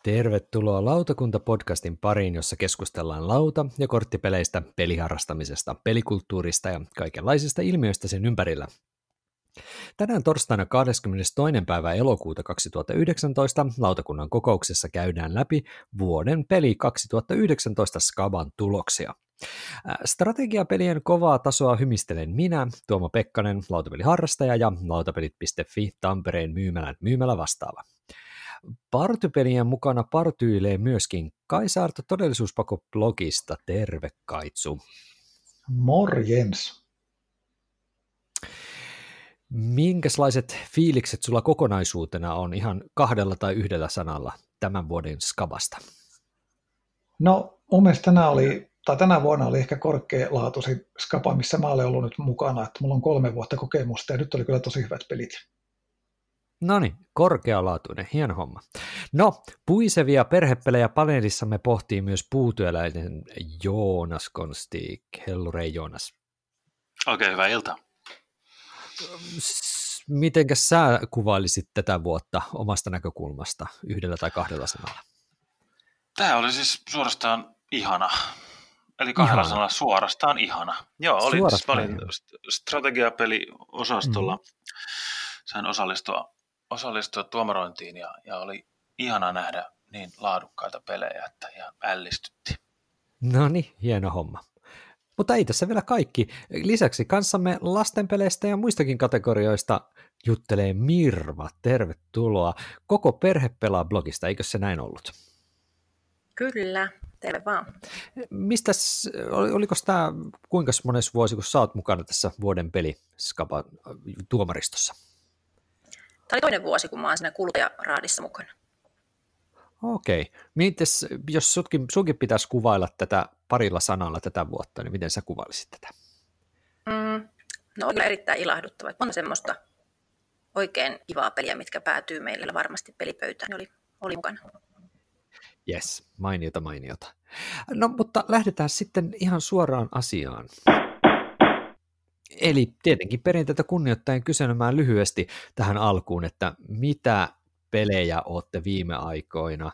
Tervetuloa Lautakunta-podcastin pariin, jossa keskustellaan lauta- ja korttipeleistä, peliharrastamisesta, pelikulttuurista ja kaikenlaisista ilmiöistä sen ympärillä. Tänään torstaina 22. päivä elokuuta 2019 lautakunnan kokouksessa käydään läpi vuoden peli 2019 Skaban tuloksia. Strategiapelien kovaa tasoa hymistelen minä, Tuomo Pekkanen, lautapeliharrastaja ja lautapelit.fi Tampereen myymälä vastaava. Partypelien mukana partyilee myöskin Kai Saarto Todellisuuspako-blogista. Terve Kaitsu. Morjens. Minkälaiset fiilikset sulla kokonaisuutena on ihan kahdella tai yhdellä sanalla tämän vuoden Skabasta? No mun mielestä tänä vuonna oli ehkä korkealaatuisin Skaba, missä mä olen ollut nyt mukana. Että mulla on 3 vuotta kokemusta ja nyt oli kyllä tosi hyvät pelit. Noniin, korkealaatuinen, hieno homma. No, puisevia perhepelejä paneelissamme pohtii myös puutyöläinen Joonas Konstig. Hellurei Joonas. Oikein hyvää iltaa. Mitenkäs sä kuvailisit tätä vuotta omasta näkökulmasta yhdellä tai kahdella sanalla? Tämä oli siis suorastaan ihana. Eli kahdella sanalla suorastaan ihana. Joo, olin strategiapeliosastolla. Sain osallistua tuomarointiin ja oli ihana nähdä niin laadukkaita pelejä, että ihan ällistytti. No niin, hieno homma. Mutta ei tässä vielä kaikki. Lisäksi kanssamme lastenpeleistä ja muistakin kategorioista juttelee Mirva. Tervetuloa. Koko perhe pelaa blogista, eikö se näin ollut? Kyllä, terve vaan. Oliko tämä kuinka mones vuosi, kun sä oot mukana tässä vuoden peliskaban tuomaristossa? Tämä oli toinen vuosi, kun mä oon siinä kuluttajaraadissa mukana. Okei. Mites, jos sunkin pitäisi kuvailla tätä parilla sanalla tätä vuotta, niin miten sä kuvailisit tätä? No oli erittäin ilahduttava. On semmoista oikein kivaa peliä, mitkä päätyy meille varmasti pelipöytään. Oli mukana. Jes, mainiota. No, mutta lähdetään sitten ihan suoraan asiaan. Eli tietenkin perinteitä kunnioittaen kyselemään lyhyesti tähän alkuun, että mitä pelejä olette viime aikoina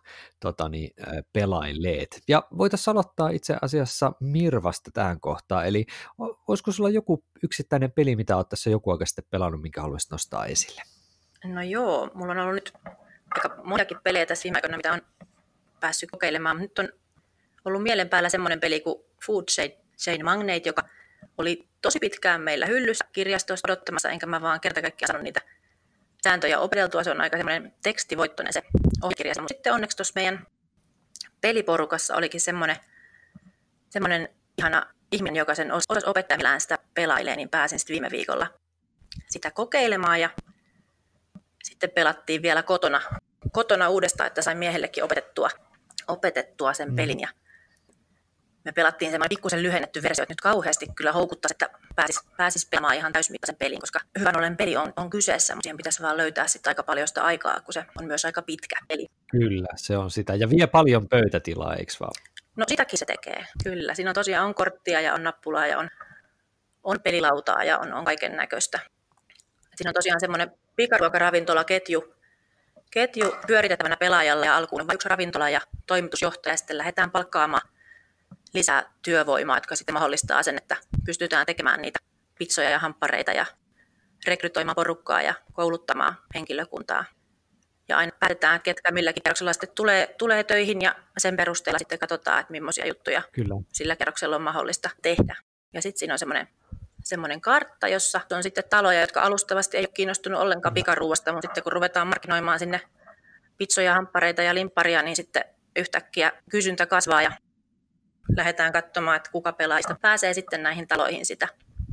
pelailleet. Ja voitaisiin aloittaa itse asiassa Mirvasta tähän kohtaan, eli olisiko sulla joku yksittäinen peli, mitä olet tässä joku aika sitten pelannut, minkä haluaisit nostaa esille? No joo, mulla on ollut nyt aika moniakin pelejä tässä viime aikoina, mitä on päässyt kokeilemaan. Nyt on ollut mielen päällä semmoinen peli kuin Food Chain Magnate, joka oli tosi pitkään meillä hyllyssä kirjastossa odottamassa, enkä mä vaan kerta kaikkiaan saanut niitä sääntöjä opeteltua. Se on aika semmoinen tekstivoittoinen se ohjekirja. Sitten onneksi tuossa meidän peliporukassa olikin semmoinen ihana ihminen, joka sen osasi opettaa, millään sitä pelailee, niin pääsin sitten viime viikolla sitä kokeilemaan ja sitten pelattiin vielä kotona uudestaan, että sain miehellekin opetettua sen pelin ja me pelattiin semmoinen pikkusen lyhennetty versio, että nyt kauheasti kyllä houkuttaisi, että pääsis pelaamaan ihan täysmittaisen pelin, koska hyvän ollen peli on kyseessä, mutta siihen pitäisi vaan löytää sitten aika paljon sitä aikaa, kun se on myös aika pitkä peli. Kyllä, se on sitä. Ja vie paljon pöytätilaa, eikö vaan? No sitäkin se tekee, kyllä. Siinä on tosiaan korttia ja on nappulaa ja on pelilautaa ja on kaiken näköistä. Siinä on tosiaan semmoinen pikaruokaravintolaketju pyöritettävänä pelaajalle ja alkuun on yksi ravintola ja toimitusjohtaja ja sitten lähdetään palkkaamaan lisää työvoimaa, jotka sitten mahdollistaa sen, että pystytään tekemään niitä pitsoja ja hamppareita ja rekrytoimaan porukkaa ja kouluttamaan henkilökuntaa. Ja aina päätetään, ketkä milläkin kerroksella sitten tulee töihin ja sen perusteella sitten katsotaan, että millaisia juttuja sillä kerroksella on mahdollista tehdä. Ja sitten siinä on semmoinen kartta, jossa on sitten taloja, jotka alustavasti ei ole kiinnostunut ollenkaan pikaruuasta, mutta sitten kun ruvetaan markkinoimaan sinne pitsoja, hamppareita ja limpparia, niin sitten yhtäkkiä kysyntä kasvaa ja lähdetään katsomaan, että kuka pelaajista pääsee sitten näihin taloihin sitä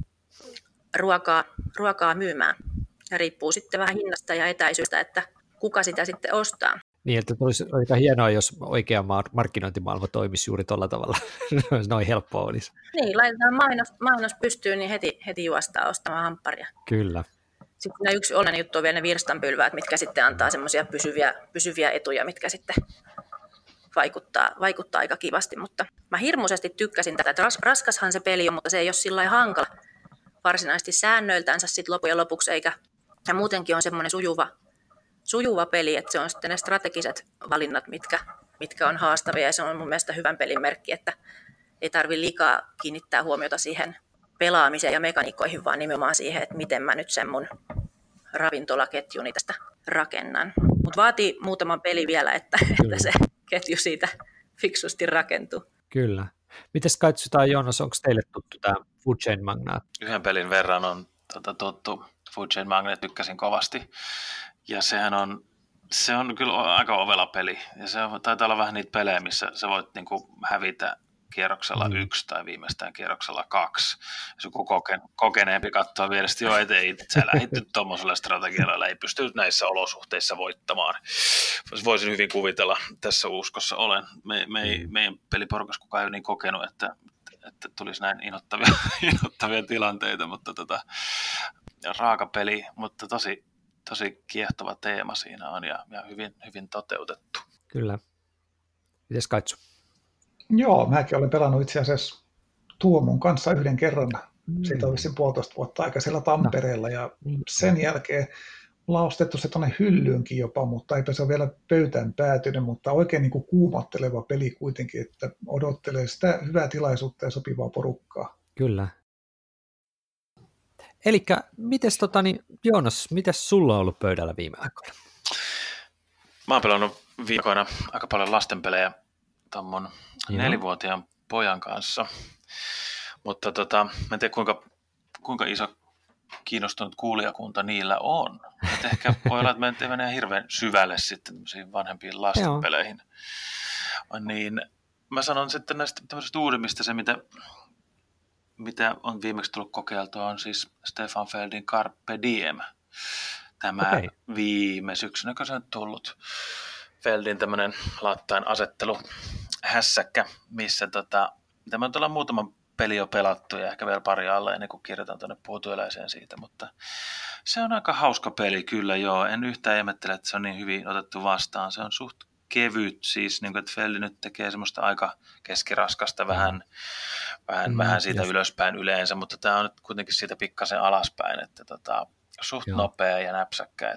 ruokaa myymään. Ja riippuu sitten vähän hinnasta ja etäisyydestä, että kuka sitä sitten ostaa. Niin, että olisi aika hienoa, jos oikea markkinointimaailma toimisi juuri tuolla tavalla. Noin helppoa olisi. Niin, laitetaan mainos pystyyn, niin heti juostaa ostamaan hampparia. Kyllä. Sitten yksi olennainen juttu on vielä ne virstanpylväät, mitkä sitten antaa semmoisia pysyviä etuja, mitkä sitten vaikuttaa aika kivasti, mutta mä hirmuisesti tykkäsin tätä, että raskashan se peli on, mutta se ei ole sillä lailla hankala varsinaisesti säännöiltänsä sit loppujen lopuksi, ja muutenkin on semmoinen sujuva peli, että se on sitten ne strategiset valinnat, mitkä on haastavia, ja se on mun mielestä hyvän pelin merkki, että ei tarvitse liikaa kiinnittää huomiota siihen pelaamiseen ja mekaniikoihin, vaan nimenomaan siihen, että miten mä nyt sen mun ravintolaketjuni tästä rakennan. Mutta vaatii muutaman peli vielä, että se ketju siitä fiksusti rakentuu. Kyllä. Mites Kaitsu tai Joonas, onko teille tuttu tämä Food Chain Magnate? Yhden pelin verran on tuttu Food Chain Magnate, tykkäsin kovasti. Ja se on kyllä aika ovela peli. Ja se taitaa olla vähän niitä pelejä, missä sä voit niinku hävitä kierroksella 1 tai viimeistään kierroksella 2. Jos joku kokeneempi katsoo vierestä, joo, ettei sä lähdit nyt tuommoisella strategialla, ei pysty näissä olosuhteissa voittamaan. Voisin hyvin kuvitella, tässä uskossa olen. Meidän peliporukas kukaan ei ole niin kokenut, että tulisi näin inhottavia tilanteita, mutta raaka peli, mutta tosi kiehtova teema siinä on ja hyvin toteutettu. Kyllä. Mites Kaitsu? Joo, mäkin olen pelannut itse asiassa Tuomon kanssa yhden kerran. Siitä on vissiin 1,5 vuotta aika siellä Tampereella ja sen jälkeen ollaan ostettu se tuonne hyllyynkin jopa, mutta eipä se ole vielä pöytään päätynyt, mutta oikein niin kuin kuumatteleva peli kuitenkin, että odottelee sitä hyvää tilaisuutta ja sopivaa porukkaa. Kyllä. Elikkä mites Joonas, mites sulla on ollut pöydällä viime aikoina? Mä oon pelannut viime aikoina aika paljon lastenpelejä ton mun 4-vuotiaan pojan kanssa, mutta mä en tiedä kuinka iso kiinnostunut kuulijakunta niillä on. Et ehkä voi olla, että me ei mene hirveän syvälle sitten vanhempiin lastenpeleihin. Niin mä sanon sitten näistä tämmöisistä uudemmista se, mitä on viimeksi tullut kokeiltua, on siis Stefan Feldin Carpe Diem. Tämä viime syksynä, kun se on tullut. Feldin tämmöinen laattaen asettelu hässäkkä, missä tämä on muutama peli jo pelattu ja ehkä vielä pari alle ennen kuin kirjoitan tuonne puutyöläiseen siitä, mutta se on aika hauska peli kyllä joo. En yhtään ihmettele, että se on niin hyvin otettu vastaan. Se on suht kevyt siis, niin kuin, että Feldi nyt tekee semmoista aika keskiraskasta vähän siitä ylöspäin yleensä, mutta tämä on nyt kuitenkin siitä pikkasen alaspäin, että suht nopea ja näpsäkkä,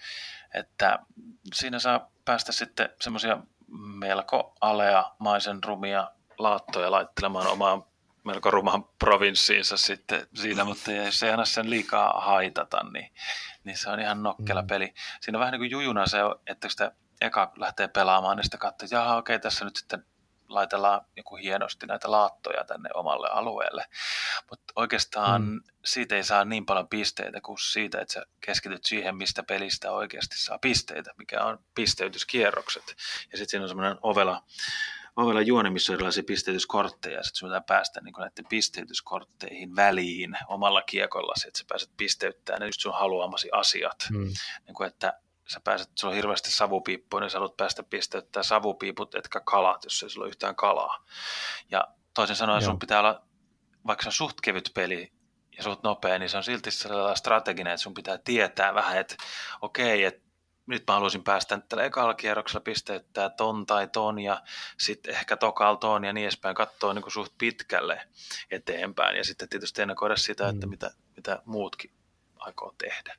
että siinä saa päästä sitten semmoisia melko aleamaisen rumia laattoja laittelemaan omaan melko rumaan provinssiinsa sitten siitä, mutta jos ei anna sen liikaa haitata, niin se on ihan nokkela peli. Siinä on vähän niin kuin jujuna se, että kun sitä eka lähtee pelaamaan, niin sitä katsoo, että jaha, okei, tässä nyt sitten laitellaan joku hienosti näitä laattoja tänne omalle alueelle. Mutta oikeastaan siitä ei saa niin paljon pisteitä kuin siitä, että sä keskityt siihen, mistä pelistä oikeasti saa pisteitä, mikä on pisteytyskierrokset. Ja sitten siinä on semmoinen ovela juoni, missä on erilaisia pisteytyskortteja, ja sitten sun pitää päästä niin näiden pisteytyskortteihin väliin omalla kiekollasi, että sä pääset pisteyttämään ne just sun haluamasi asiat. Niin kuin, että sä pääset, sulla on hirveästi savupiippuja, niin sä haluat päästä pisteyttämään savupiiput, etkä kalat, jos ei sulla ole yhtään kalaa. Ja toisin sanoen sun pitää olla, vaikka se on suht kevyt peli ja suht nopea, niin se on silti sellainen strateginen, että sun pitää tietää vähän, että okei, että nyt mä haluaisin päästä tällä ekalla kierroksella pisteyttää ton tai ton ja sitten ehkä tokalla ton ja niin edespäin, katsoa niin kuin suht pitkälle eteenpäin ja sitten tietysti ennakoida sitä, että mitä muutkin aikoo tehdä.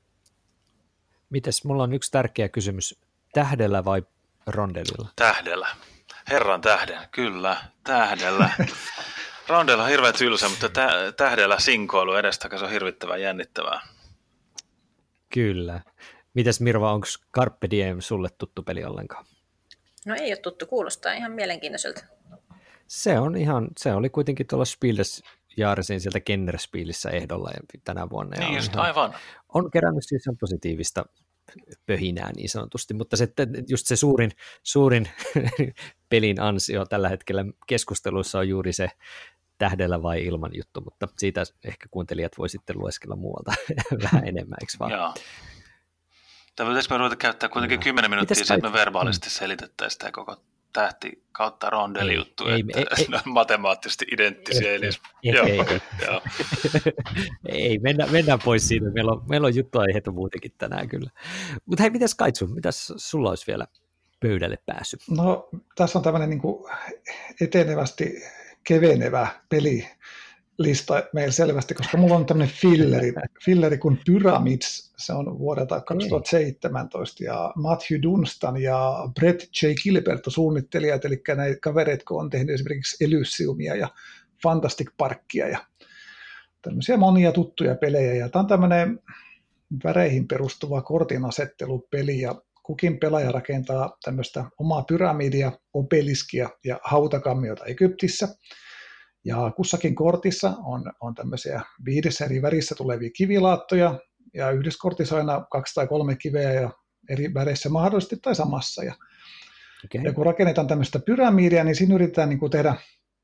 Mites, mulla on yksi tärkeä kysymys. Tähdellä vai rondellilla? Tähdellä. Herran tähden, kyllä, tähdellä. Rondella on hirveän tylsä, mutta tähdellä sinkoilu edestä, se on hirvittävän jännittävää. Kyllä. Mites Mirva, onko Carpe Diem sulle tuttu peli ollenkaan? No ei ole tuttu, kuulostaa ihan mielenkiintoiselta. Se oli kuitenkin tuolla Spiel des Jahresin sieltä Kennerspielissä ehdolla tänä vuonna. Niin just, aivan. On kerännyt siis positiivista pöhinää niin sanotusti, mutta just se suurin pelin ansio tällä hetkellä keskusteluissa on juuri se tähdellä vai ilman juttu, mutta siitä ehkä kuuntelijat voi sitten lueskella muualta vähän enemmän, eikö vaan? Joo. Tämä pitäisikö me ruveta käyttää kuitenkin 10 minuuttia siitä, että me verbaalisesti selitettäisiin tämä koko tähti kautta rondeli-juttu, että ne on matemaattisesti identtisiä. Ei, mennään pois siitä. Meillä on juttuaiheita muutenkin tänään kyllä. Mutta hei, mitäs Kaitsu, mitäs sulla olisi vielä pöydälle päässyt? No, tässä on tämmöinen niin kuin etenevästi kevenevä peli lista meillä selvästi, koska mulla on tämmöinen filleri kuin Pyramids, se on vuodelta 2017, ja Matthew Dunstan ja Brett J. Gilbert on suunnittelijat, eli näitä kavereita, kun on tehnyt esimerkiksi Elysiumia ja Fantastic Parkia ja tämmöisiä monia tuttuja pelejä, ja tämä on tämmöinen väreihin perustuva kortinasettelupeli, ja kukin pelaaja rakentaa tämmöistä omaa pyramidia, obeliskia ja hautakammiota Egyptissä. Ja kussakin kortissa on tämmöisiä 5 eri värissä tulevia kivilaattoja, ja yhdessä kortissa on aina 2 tai 3 kiveä ja eri väreissä mahdollisesti tai samassa. Ja kun rakennetaan tämmöistä pyramidia, niin siinä yritetään niin kuin tehdä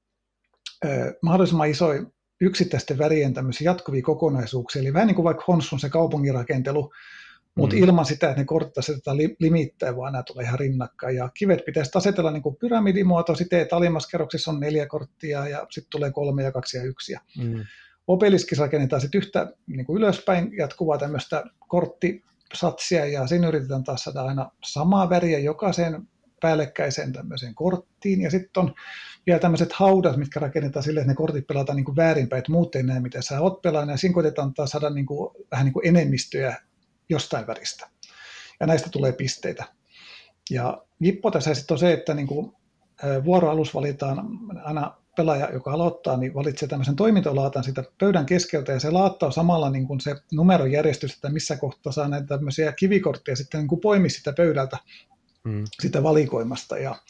mahdollisimman isoja yksittäisten värien tämmöisiä jatkuvia kokonaisuuksia, eli vähän niin kuin vaikka Honsun se kaupunginrakentelu, mutta ilman sitä, että ne kortit asetetaan limittäin, vaan nämä tulee ihan rinnakkain. Ja kivet pitäisi asetella niin kuin pyramidimuoto siten, että alimmassa kerroksessa on 4 korttia ja sitten tulee 3 ja 2 ja 1. Obeliskissa rakennetaan sitten yhtä niin kuin ylöspäin jatkuvaa tämmöistä korttisatsia, ja siinä yritetään taas saada aina samaa väriä jokaiseen päällekkäiseen tämmöiseen korttiin. Ja sitten on vielä tämmöiset haudat, mitkä rakennetaan silleen, että ne kortit pelataan niin kuin väärinpäin, että muut ei näe, mitä sä oot pelannut. Ja siinä koitetaan taas saada niin kuin, vähän niin kuin enemmistöjä jostain väristä. Ja näistä tulee pisteitä. Ja jippo tässä sitten on se, että niin kuin vuoroalus valitaan aina pelaaja, joka aloittaa, niin valitsee tämmöisen toimintolaatan siitä pöydän keskeltä, ja se laatta on samalla niin kuin se numerojärjestys, että missä kohtaa saa näitä tämmöisiä kivikortteja sitten niin kuin poimia sitä pöydältä, sitä valikoimasta. Ja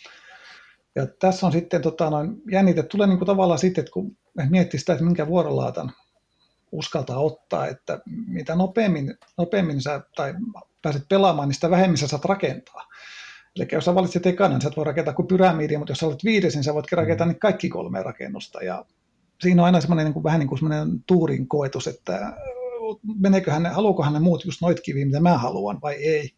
tässä on sitten jännite, tulee niin kuin tavallaan sitten, että kun miettii sitä, että minkä vuorolaatan uskaltaa ottaa, että mitä nopeammin sä tai pääset pelaamaan, niin sitä vähemmän sä saat rakentaa. Eli jos sä valitset ekana, niin sä et voi rakentaa kuin pyramidia, mutta jos sä olet 5, niin sä voit rakentaa niin kaikki 3 rakennusta. Ja siinä on aina semmoinen niin kuin, vähän niin kuin semmoinen tuurin koetus, että haluukohan ne muut just noit kiviä, mitä mä haluan, vai ei.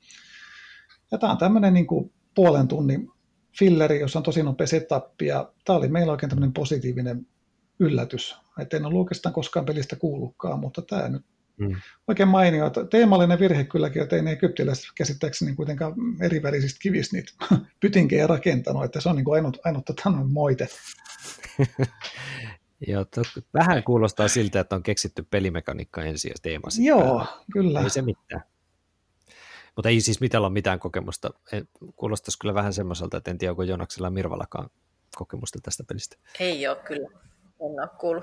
Ja tämä on tämmöinen niin kuin 0,5 tunnin filleri, jossa on tosi nopea setup, ja tämä oli meillä oikein tämmöinen positiivinen yllätys. Et en ole oikeastaan koskaan pelistä kuullutkaan, mutta tämä nyt oikein mainio. Teemallinen virhe kylläkin, että ei ne egyptiläiset käsittääkseni kuitenkaan erivärisistä kivistä niitä pytinkejä rakentanut, että se on niin kuin ainut moite. Joo, vähän kuulostaa siltä, että on keksitty pelimekaniikka ensin ja teema sitten. Joo, päällä. kyllä. Ei se mitään. Mutta ei siis mitään ole mitään kokemusta. Kuulostaisi kyllä vähän semmoiselta, että en tiedä, onko Joonaksella ja Mirvallakaan kokemusta tästä pelistä. Ei ole kyllä, en ole kuullut.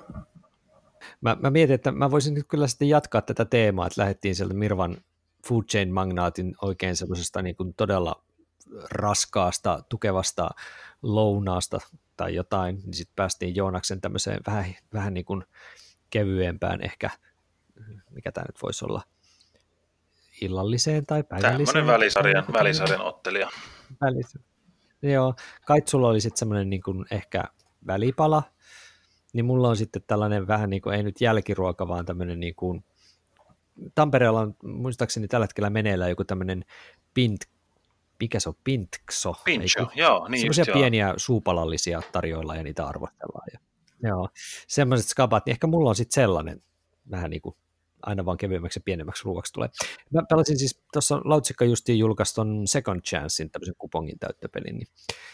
Mä mietin, että mä voisin nyt kyllä sitten jatkaa tätä teemaa, että lähdettiin sieltä Mirvan food chain magnaatin oikein semmoisesta niin kuin todella raskaasta, tukevasta lounaasta tai jotain, niin sitten päästiin Joonaksen tämmöiseen vähän niin kuin kevyempään ehkä, mikä tämä nyt voisi olla, illalliseen tai päivälliseen. Tämmöinen välisarjan ottelija. Joo, kait sulla oli sitten semmoinen niin kuin ehkä välipala, niin mulla on sitten tällainen vähän niin kuin, ei nyt jälkiruoka, vaan tämmöinen niin kuin, Tampereella on muistaakseni tällä hetkellä meneillään joku tämmöinen mikä se on, pintkso? Pincho, joo, niin semmoisia pieniä suupalallisia tarjoillaan ja niitä arvostellaan. Joo, semmoiset skabat, niin ehkä mulla on sitten sellainen vähän niin kuin aina vaan kevyemmäksi ja pienemmäksi ruuaksi tulee. Mä pelasin siis, tuossa Lautsikka justiin julkaisi ton Second Chancein, tämmöisen kupongin täyttöpelin, niin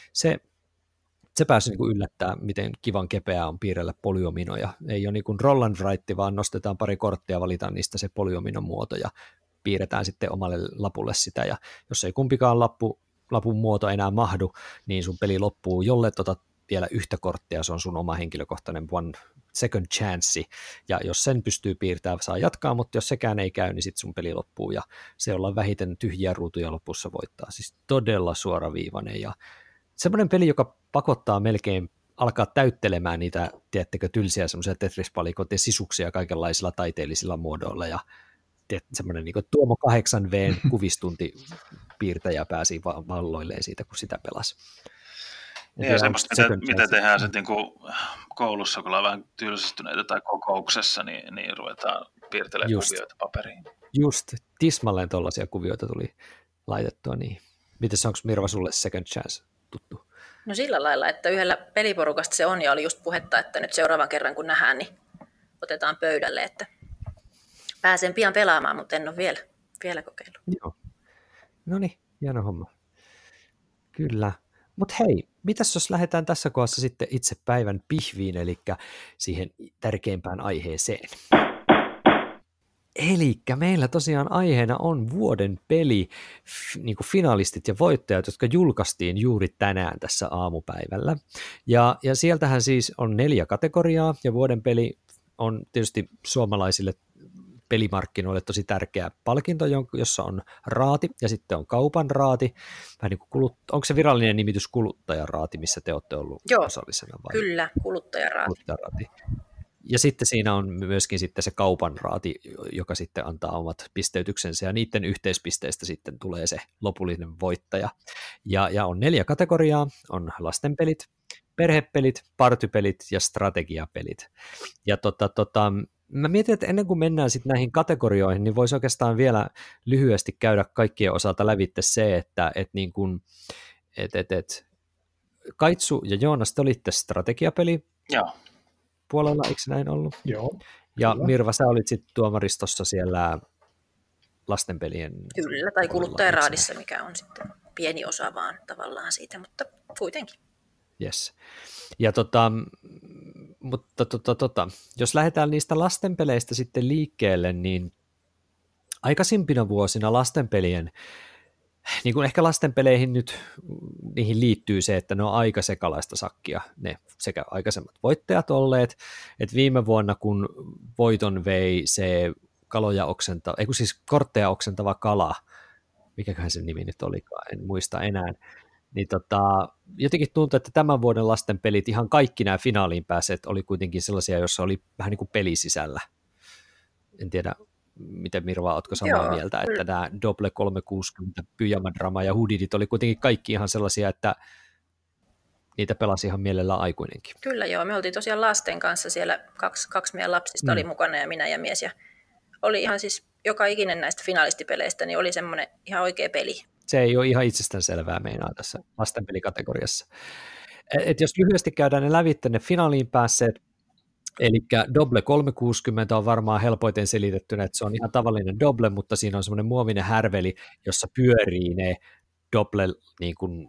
se pääsi niin kuin yllättää, miten kivan kepeää on piirrellä polyominoja. Ei ole niin kuin roll and write, vaan nostetaan pari korttia, valitaan niistä se polyominon muoto ja piirretään sitten omalle lapulle sitä. Ja jos ei kumpikaan lapun muoto enää mahdu, niin sun peli loppuu, jolle vielä yhtä korttia, se on sun oma henkilökohtainen one second chance, ja jos sen pystyy piirtämään, saa jatkaa, mutta jos sekään ei käy, niin sitten sun peli loppuu, ja se ollaan vähiten tyhjiä ruutuja lopussa voittaa. Siis todella suoraviivainen, ja semmoinen peli, joka pakottaa melkein alkaa täyttelemään niitä, tiedättekö, tylsiä semmoisia Tetris-palikoiden sisuksia kaikenlaisilla taiteellisilla muodoilla, ja semmoinen niin kuin Tuomo 8V:n kuvistunti piirtäjä pääsi valloilleen siitä, kun sitä pelasi. Ja semmoista, mitä tehdään sitten niin koulussa, kun ollaan vähän tylsistyneitä tai kokouksessa, niin ruvetaan piirtelemään kuvioita paperiin. Just, tismalleen tuollaisia kuvioita tuli laitettua niin. Mites onko Mirva sulle Second Chance tuttu? No sillä lailla, että yhdellä peliporukasta se on, ja oli just puhetta, että nyt seuraavan kerran kun nähdään, niin otetaan pöydälle, että pääsen pian pelaamaan, mutta en ole vielä kokeillut. Joo. No niin, hieno homma. Kyllä. Mutta hei, mitäs jos lähdetään tässä kohdassa sitten itse päivän pihviin, eli siihen tärkeimpään aiheeseen. Elikkä meillä tosiaan aiheena on vuoden peli, niin kuin finalistit ja voittajat, jotka julkaistiin juuri tänään tässä aamupäivällä. Ja sieltähän siis on 4 kategoriaa, ja vuoden peli on tietysti suomalaisille pelimarkkinoille tosi tärkeä palkinto, jossa on raati, ja sitten on kaupan raati. Vähän niin kuin onko se virallinen nimitys kuluttajaraati, missä te olette ollut osallisena? Vai? Kyllä, kuluttajaraati. Ja sitten siinä on myöskin sitten se kaupan raati, joka sitten antaa omat pisteytyksensä, ja niiden yhteispisteistä sitten tulee se lopullinen voittaja. Ja on 4 kategoriaa, on lastenpelit, perhepelit, partypelit ja strategiapelit. Ja mä mietin, että ennen kuin mennään sitten näihin kategorioihin, niin voisi oikeastaan vielä lyhyesti käydä kaikkien osalta lävitse se, että niin kun, Kaitsu ja Joonas, te olitte strategiapeli. Joo. Puolella, eikö näin ollut? Joo. Ja kyllä. Mirva, sä olit sitten tuomaristossa siellä lastenpelien... Kyllä, tai kuluttajaraadissa, mikä on sitten pieni osa vaan tavallaan siitä, mutta kuitenkin. Yes. Ja mutta jos lähdetään niistä lastenpeleistä sitten liikkeelle, niin aikaisempina vuosina lastenpelien, niin kuin ehkä lastenpeleihin nyt, niihin liittyy se, että ne on aika sekalaista sakkia, ne sekä aikaisemmat voittajat olleet, että viime vuonna kun voiton vei se kortteja oksentava kala, mikäköhän sen nimi nyt olikaan, en muista enää, niin jotenkin tuntuu, että tämän vuoden lastenpelit, ihan kaikki nämä finaaliin pääset oli kuitenkin sellaisia, joissa oli vähän niin kuin peli sisällä. En tiedä, miten Mirva, ootko samaa mieltä, että nämä Double 360, Pyjama-drama ja Hoodidit oli kuitenkin kaikki ihan sellaisia, että niitä pelasi ihan mielellään aikuinenkin. Kyllä joo, me oltiin tosiaan lasten kanssa siellä, kaksi meidän lapsista oli mukana ja minä ja mies, ja oli ihan siis joka ikinen näistä finalistipeleistä, niin oli semmoinen ihan oikea peli. Se ei ole ihan itsestäänselvää meinaa tässä lastenpelikategoriassa. Et jos lyhyesti käydään ne lävitte ne finaaliin päässeet, eli Double 360 on varmaan helpoiten selitettynä, että se on ihan tavallinen Double, mutta siinä on semmoinen muovinen härveli, jossa pyörii ne Double, niin kuin,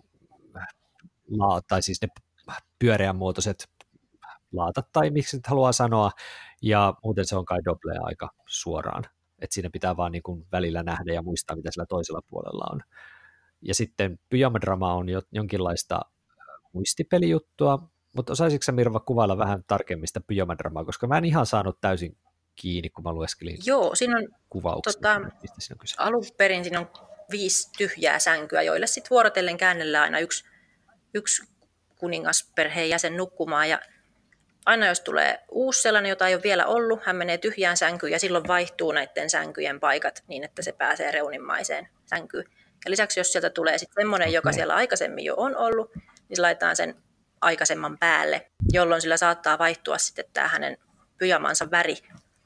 tai siis ne pyöreänmuotoiset laatat, tai miksi nyt haluaa sanoa, ja muuten se on kai Double aika suoraan, että siinä pitää vaan niin kuin välillä nähdä ja muistaa, mitä sillä toisella puolella on. Ja sitten Pyjama-drama on jonkinlaista muistipelijuttua, mutta osaisitko sä, Mirva, kuvailla vähän tarkemmin sitä Pyjama-dramaa, koska mä en ihan saanut täysin kiinni, kun mä lueskelin siinä on kuvauksia. Mistä siinä on kyse? Alun perin siinä on 5 tyhjää sänkyä, joille sitten vuorotellen käännellään aina yksi kuningasperheen jäsen nukkumaan, ja aina jos tulee uusi sellainen, jota ei ole vielä ollut, hän menee tyhjään sänkyyn ja silloin vaihtuu näiden sänkyjen paikat niin, että se pääsee reunimmaiseen sänkyyn. Ja lisäksi jos sieltä tulee sitten semmoinen, joka siellä aikaisemmin jo on ollut, niin laitetaan sen aikaisemman päälle, jolloin sillä saattaa vaihtua sitten tämä hänen pyjamansa väri.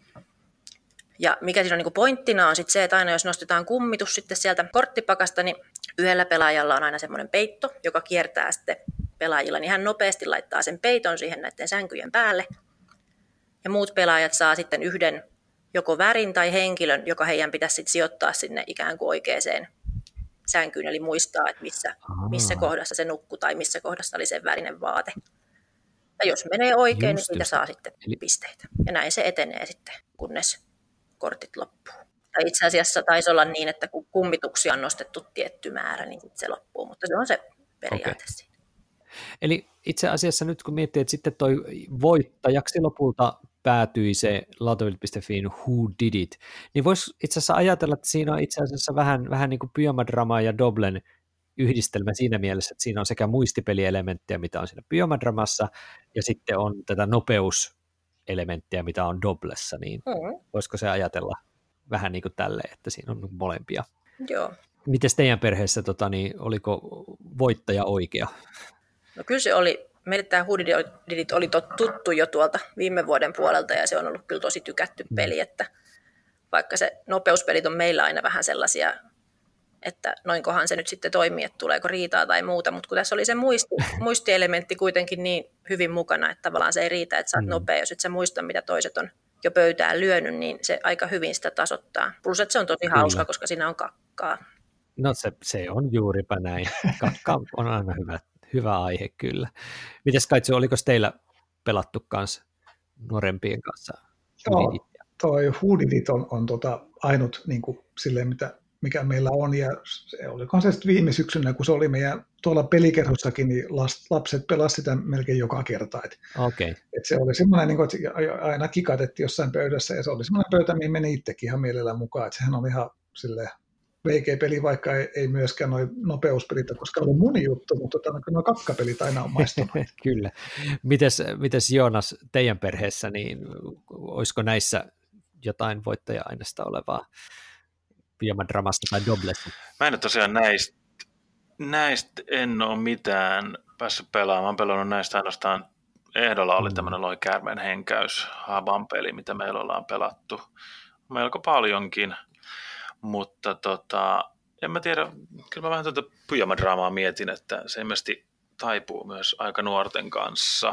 Ja mikä siinä on niin pointtina on sitten se, että aina jos nostetaan kummitus sitten sieltä korttipakasta, niin yhdellä pelaajalla on aina semmoinen peitto, joka kiertää sitten pelaajilla, niin hän nopeasti laittaa sen peiton siihen näiden sänkyjen päälle. Ja muut pelaajat saa sitten yhden joko värin tai henkilön, joka heidän pitäisi sitten sijoittaa sinne ikään kuin oikeaan sänkyyn, eli muistaa, että missä kohdassa se nukkui tai missä kohdassa oli sen värinen vaate. Ja jos menee oikein, niin siitä saa sitten pisteitä. Ja näin se etenee sitten, kunnes kortit loppuu. Tai itse asiassa taisi olla niin, että kun kummituksia on nostettu tietty määrä, niin sitten se loppuu, mutta se on se periaate siinä. Eli itse asiassa nyt kun miettii, että sitten toi voittajaksi lopulta päätyi se Lautavilt.fiin Who Did It, niin voisi itse asiassa ajatella, että siinä on itse asiassa vähän niin kuin Pyjama-dramaa ja Doblen yhdistelmä siinä mielessä, että siinä on sekä muistipelielementtejä, mitä on siinä Pyjama-dramassa, ja sitten on tätä nopeuselementtiä, mitä on Doblessa, niin voisiko se ajatella vähän niin kuin tälleen, että siinä on molempia. Joo. Mites teidän perheessä, oliko voittaja oikea? No kyllä se oli. Meille tämä Who Did It oli tuttu jo tuolta viime vuoden puolelta, ja se on ollut kyllä tosi tykätty peli, että vaikka se nopeuspelit on meillä aina vähän sellaisia, että noinkohan se nyt sitten toimii, että tuleeko riitaa tai muuta, mutta kun tässä oli se muistielementti kuitenkin niin hyvin mukana, että tavallaan se ei riitä, että sä oot nopea, jos et sä muista, mitä toiset on jo pöytään lyönyt, niin se aika hyvin sitä tasoittaa. Plus, että se on tosi hauska, koska siinä on kakkaa. No se on juuripä näin. Kakka on aina Hyvä aihe kyllä. Mites Kaitsu, oliko teillä pelattu kanssa nuorempien kanssa? Joo, toi Hoodivit on ainut niin kuin, silleen, mikä meillä on, ja se olikohan se sitten viime syksynä, kun se oli meidän tuolla pelikerhossakin, niin lapset pelasivat sitä melkein joka kerta. Okay. Et se oli semmoinen, niin että aina kikatettiin jossain pöydässä, ja se oli semmoinen pöytä, mihin meni itsekin ihan mielellään mukaan, että sehän oli ihan silleen VG-peli, vaikka ei myöskään noin nopeuspelit, koska oli mun juttu, mutta nuo kakkapelit aina on maistunut. Kyllä. Mites Joonas, teidän perheessä, niin olisiko näissä jotain voittaja-aineesta olevaa pyjamadramasta tai doblesta? Mä en ole tosiaan näistä en ole mitään päässyt pelaamaan. Mä oon pelannut näistä ainoastaan ehdolla oli tämmöinen Loi Käärmeen henkäys, Haban peli, mitä meillä ollaan pelattu melko paljonkin. Mutta en mä tiedä, kyllä mä vähän pyjamadraamaa mietin, että se ilmeisesti taipuu myös aika nuorten kanssa.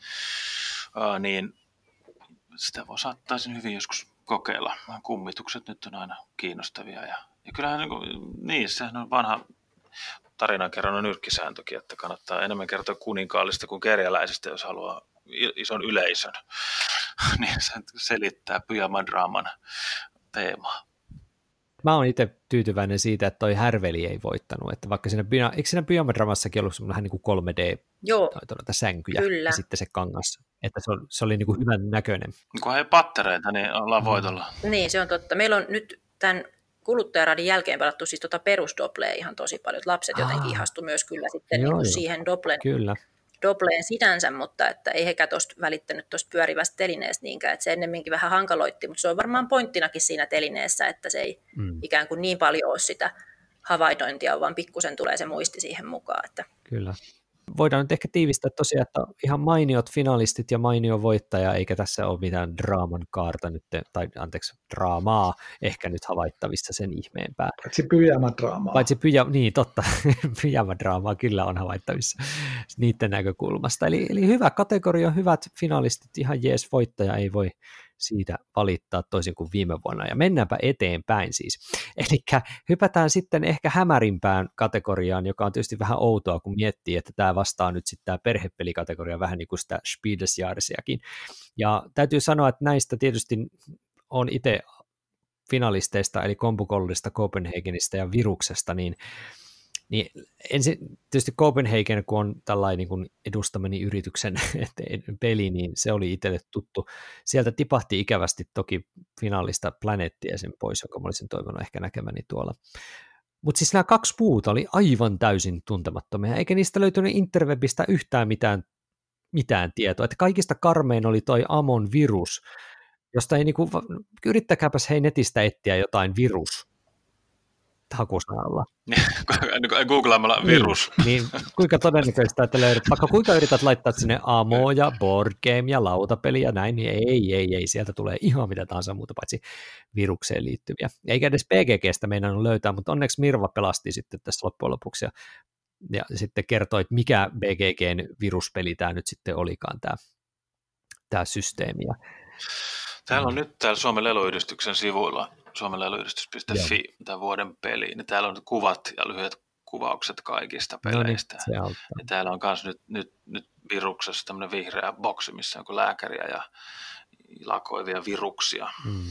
Niin sitä saattaisin hyvin joskus kokeilla. Kummitukset nyt on aina kiinnostavia. Ja kyllähän niin, sehän on vanha tarinankerronnan nyrkkisääntökin, että kannattaa enemmän kertoa kuninkaallista kuin kerjäläisistä, jos haluaa ison yleisön. Niin se selittää pyjamadraaman teemaa. Mä oon itse tyytyväinen siitä, että toi härveli ei voittanut, että vaikka eikö siinä pyjamadramassakin ollut semmoinen niin kuin 3D-sänkyjä Kyllä. Ja sitten se kangas, että se oli niin kuin hyvän näköinen. Kun ei pattereita, niin ollaan voitolla. Niin, se on totta. Meillä on nyt tämän kuluttajaradin jälkeen pelattu siis perusdoblea ihan tosi paljon. Lapset jotenkin ihastu myös kyllä sitten niin siihen dobleen sinänsä, mutta että ei hekään välittänyt tuosta pyörivästä telineestä niinkään, että se ennemminkin vähän hankaloitti, mutta se on varmaan pointtinakin siinä telineessä, että se ei ikään kuin niin paljon ole sitä havainnointia, vaan pikkusen tulee se muisti siihen mukaan. Että. Kyllä. Voidaan nyt ehkä tiivistää tosiaan, että ihan mainiot finalistit ja mainio voittaja, eikä tässä ole mitään draaman kaarta nyt, tai draamaa ehkä nyt havaittavissa sen ihmeempää. Paitsi pyjamadraamaa. Niin totta, pyjamadraamaa kyllä on havaittavissa niiden näkökulmasta. Eli hyvä kategoria, hyvät finalistit, ihan jees voittaja, ei voi siitä valittaa toisin kuin viime vuonna. Ja mennäänpä eteenpäin siis. Eli hypätään sitten ehkä hämärimpään kategoriaan, joka on tietysti vähän outoa, kun miettii, että tämä vastaa nyt sitten tämä perhepelikategoria vähän niin kuin sitä Spielsjahresiakin. Ja täytyy sanoa, että näistä tietysti on itse finalisteista, eli Kompukollista, Copenhagenista ja Viruksesta, niin ensin tietysti Copenhagen, kun on tällainen niin kuin edustamani yrityksen peli, niin se oli itselle tuttu. Sieltä tipahti ikävästi toki finaalista Planettia sen pois, jonka mä olisin toivonut ehkä näkemäni tuolla. Mutta siis nämä 2 muuta oli aivan täysin tuntemattomia, eikä niistä löytynyt interwebistä yhtään mitään tietoa. Että kaikista karmein oli toi Amon Virus, josta ei niinku, yrittäkääpäs netistä etsiä jotain virus hakusanalla. Googlaamalla virus. Niin, kuinka todennäköistä, että löydät, vaikka kuinka yrität laittaa sinne amoja, board game ja lautapeli ja näin, niin ei, sieltä tulee ihan mitä tahansa muuta paitsi virukseen liittyviä. Eikä edes PGGstä meinannut löytää, mutta onneksi Mirva pelasti sitten tässä loppujen lopuksi ja sitten kertoi, että mikä BGGn viruspeli tämä nyt sitten olikaan tämä systeemi. Täällä on nyt täällä Suomen Leluyhdistyksen sivuilla suomenleluyhdistys.fi tämä vuoden peli, niin täällä on kuvat ja lyhyet kuvaukset kaikista peleistä. No niin, ja täällä on myös nyt Viruksessa tämmöinen vihreä boksi, missä on lääkäriä ja lakoivia viruksia.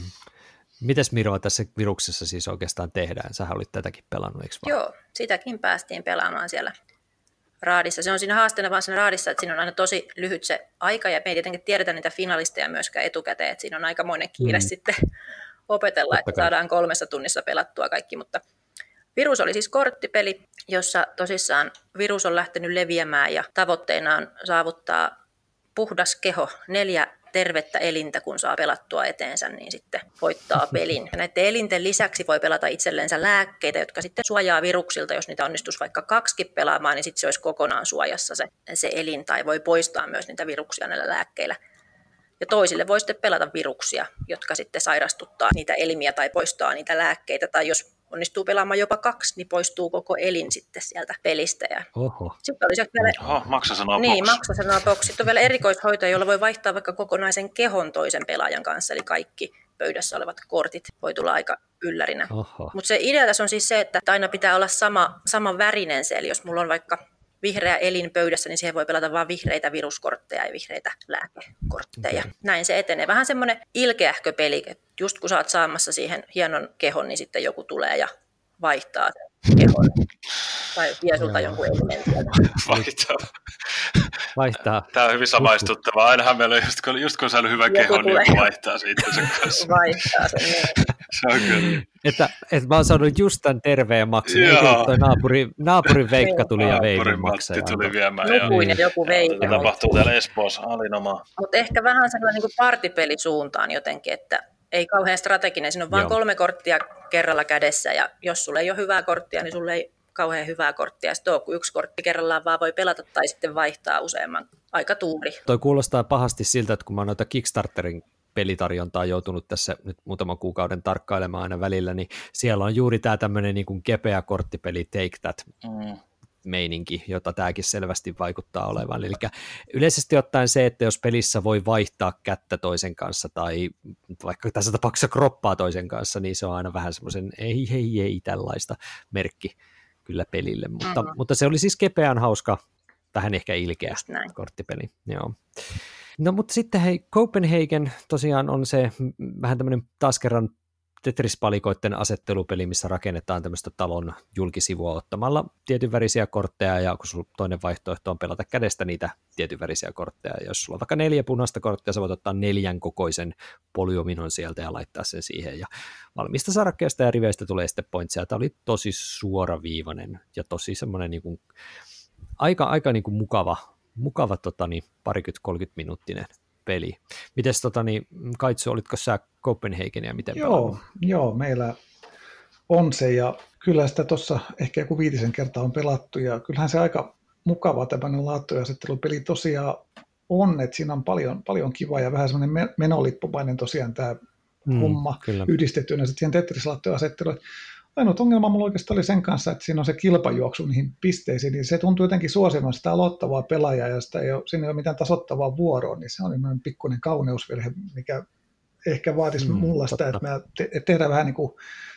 Mites Mirva tässä Viruksessa siis oikeastaan tehdään? Sähän olit tätäkin pelannut, eikö vaan? Joo, sitäkin päästiin pelaamaan siellä raadissa. Se on siinä haasteena vaan siinä raadissa, että siinä on aina tosi lyhyt se aika, ja me ei tietenkin tiedetä niitä finalisteja myöskään etukäteen, että siinä on aikamoinen kiire sitten opetella, että saadaan 3 tunnissa pelattua kaikki, mutta Virus oli siis korttipeli, jossa tosissaan virus on lähtenyt leviämään ja tavoitteena on saavuttaa puhdas keho, 4 tervettä elintä, kun saa pelattua eteensä, niin sitten voittaa pelin. Ja näiden elinten lisäksi voi pelata itsellensä lääkkeitä, jotka sitten suojaa viruksilta. Jos niitä onnistuisi vaikka 2 pelaamaan, niin sitten se olisi kokonaan suojassa se elin, tai voi poistaa myös niitä viruksia näillä lääkkeillä. Ja toisille voi sitten pelata viruksia, jotka sitten sairastuttaa niitä elimiä tai poistaa niitä lääkkeitä. Tai jos onnistuu pelaamaan jopa 2, niin poistuu koko elin sitten sieltä pelistä. Ja sitten oli vielä maksasanaa box. Niin, maksasanaa box. Sitten on vielä erikoishoito, jolla voi vaihtaa vaikka kokonaisen kehon toisen pelaajan kanssa. Eli kaikki pöydässä olevat kortit voi tulla aika yllärinä. Mutta se idea tässä on siis se, että aina pitää olla sama värinen se. Eli jos mulla on vaikka vihreä elin pöydässä, niin siihen voi pelata vain vihreitä viruskortteja ja vihreitä lääkekortteja. Okay. Näin se etenee. Vähän semmoinen ilkeähkö peli, että just kun sä oot saamassa siihen hienon kehon, niin sitten joku tulee ja vaihtaa sen kehon. Tai vie sulta jonkun elementin. Vaihtaa. Tämä on hyvin samaistuttavaa. Ainahan meillä just kun on saanut hyvä keho, niin joku vaihtaa siitä sen kanssa. Vaihtaa sen, niin. Se on kyllä. Että mä oon saanut just tämän terveen maksun. Toi naapurin Veikka tuli ja vei min maksaja. Matti tuli viemään. Lukuin ja joku vei. Se tapahtuu täällä Espoossa, alinomaa. Mutta ehkä vähän sellainen niin partipelisuuntaan jotenkin, että ei kauhean strateginen. Siinä on vain 3 korttia kerralla kädessä, ja jos sulla ei ole hyvää korttia, niin sulla ei kauhean hyvää korttia. Sitten kun 1 kortti kerrallaan vaan voi pelata tai sitten vaihtaa useamman. Aika tuuri. Toi kuulostaa pahasti siltä, että kun mä oon noita Kickstarterin pelitarjontaa joutunut tässä nyt muutaman kuukauden tarkkailemaan aina välillä, niin siellä on juuri tämä tämmöinen niin kuin kepeä korttipeli Take That meininki, jota tämäkin selvästi vaikuttaa olevan. Eli yleisesti ottaen se, että jos pelissä voi vaihtaa kättä toisen kanssa tai vaikka tässä tapauksessa kroppaa toisen kanssa, niin se on aina vähän semmoisen ei tällaista merkki kyllä pelille, mutta se oli siis kepeän hauska, vähän ehkä ilkeä korttipeli. Joo. No mutta sitten hei, Copenhagen tosiaan on se vähän tämmöinen taas kerran Tetris-palikoiden asettelupeli, missä rakennetaan tämmöistä talon julkisivua ottamalla tietynvärisiä kortteja, ja kun sulla toinen vaihtoehto on pelata kädestä niitä tietynvärisiä kortteja, ja jos sulla on vaikka 4 punaista korttia, sä voit ottaa 4 kokoisen polyominon sieltä ja laittaa sen siihen, ja valmista sarakkeesta ja riveistä tulee sitten pointsia. Tämä oli tosi suoraviivainen ja tosi semmoinen niin kuin, aika niin kuin mukava 20-30 minuuttinen peli. Mites Kaitsu, olitko sä Copenhagenia miten pelannut? Joo, meillä on se, ja kyllä sitä tuossa ehkä joku 5 kertaa on pelattu, ja kyllähän se aika mukava tämmöinen laattoasettelupeli tosiaan on, että siinä on paljon kivaa ja vähän semmoinen menolippumainen tosiaan tämä homma yhdistettynä sitten siihen Tetris-laattoasetteluun. Ainut ongelma mulla oikeastaan oli sen kanssa, että siinä on se kilpajuoksu niihin pisteisiin, niin se tuntuu jotenkin suosimaan sitä aloittavaa pelaajaa, ja siinä ei ole mitään tasoittavaa vuoroa, niin se on niin pikkuinen kauneusvirhe, mikä ehkä vaatisi mulla sitä, että me tehdään vähän niin kuin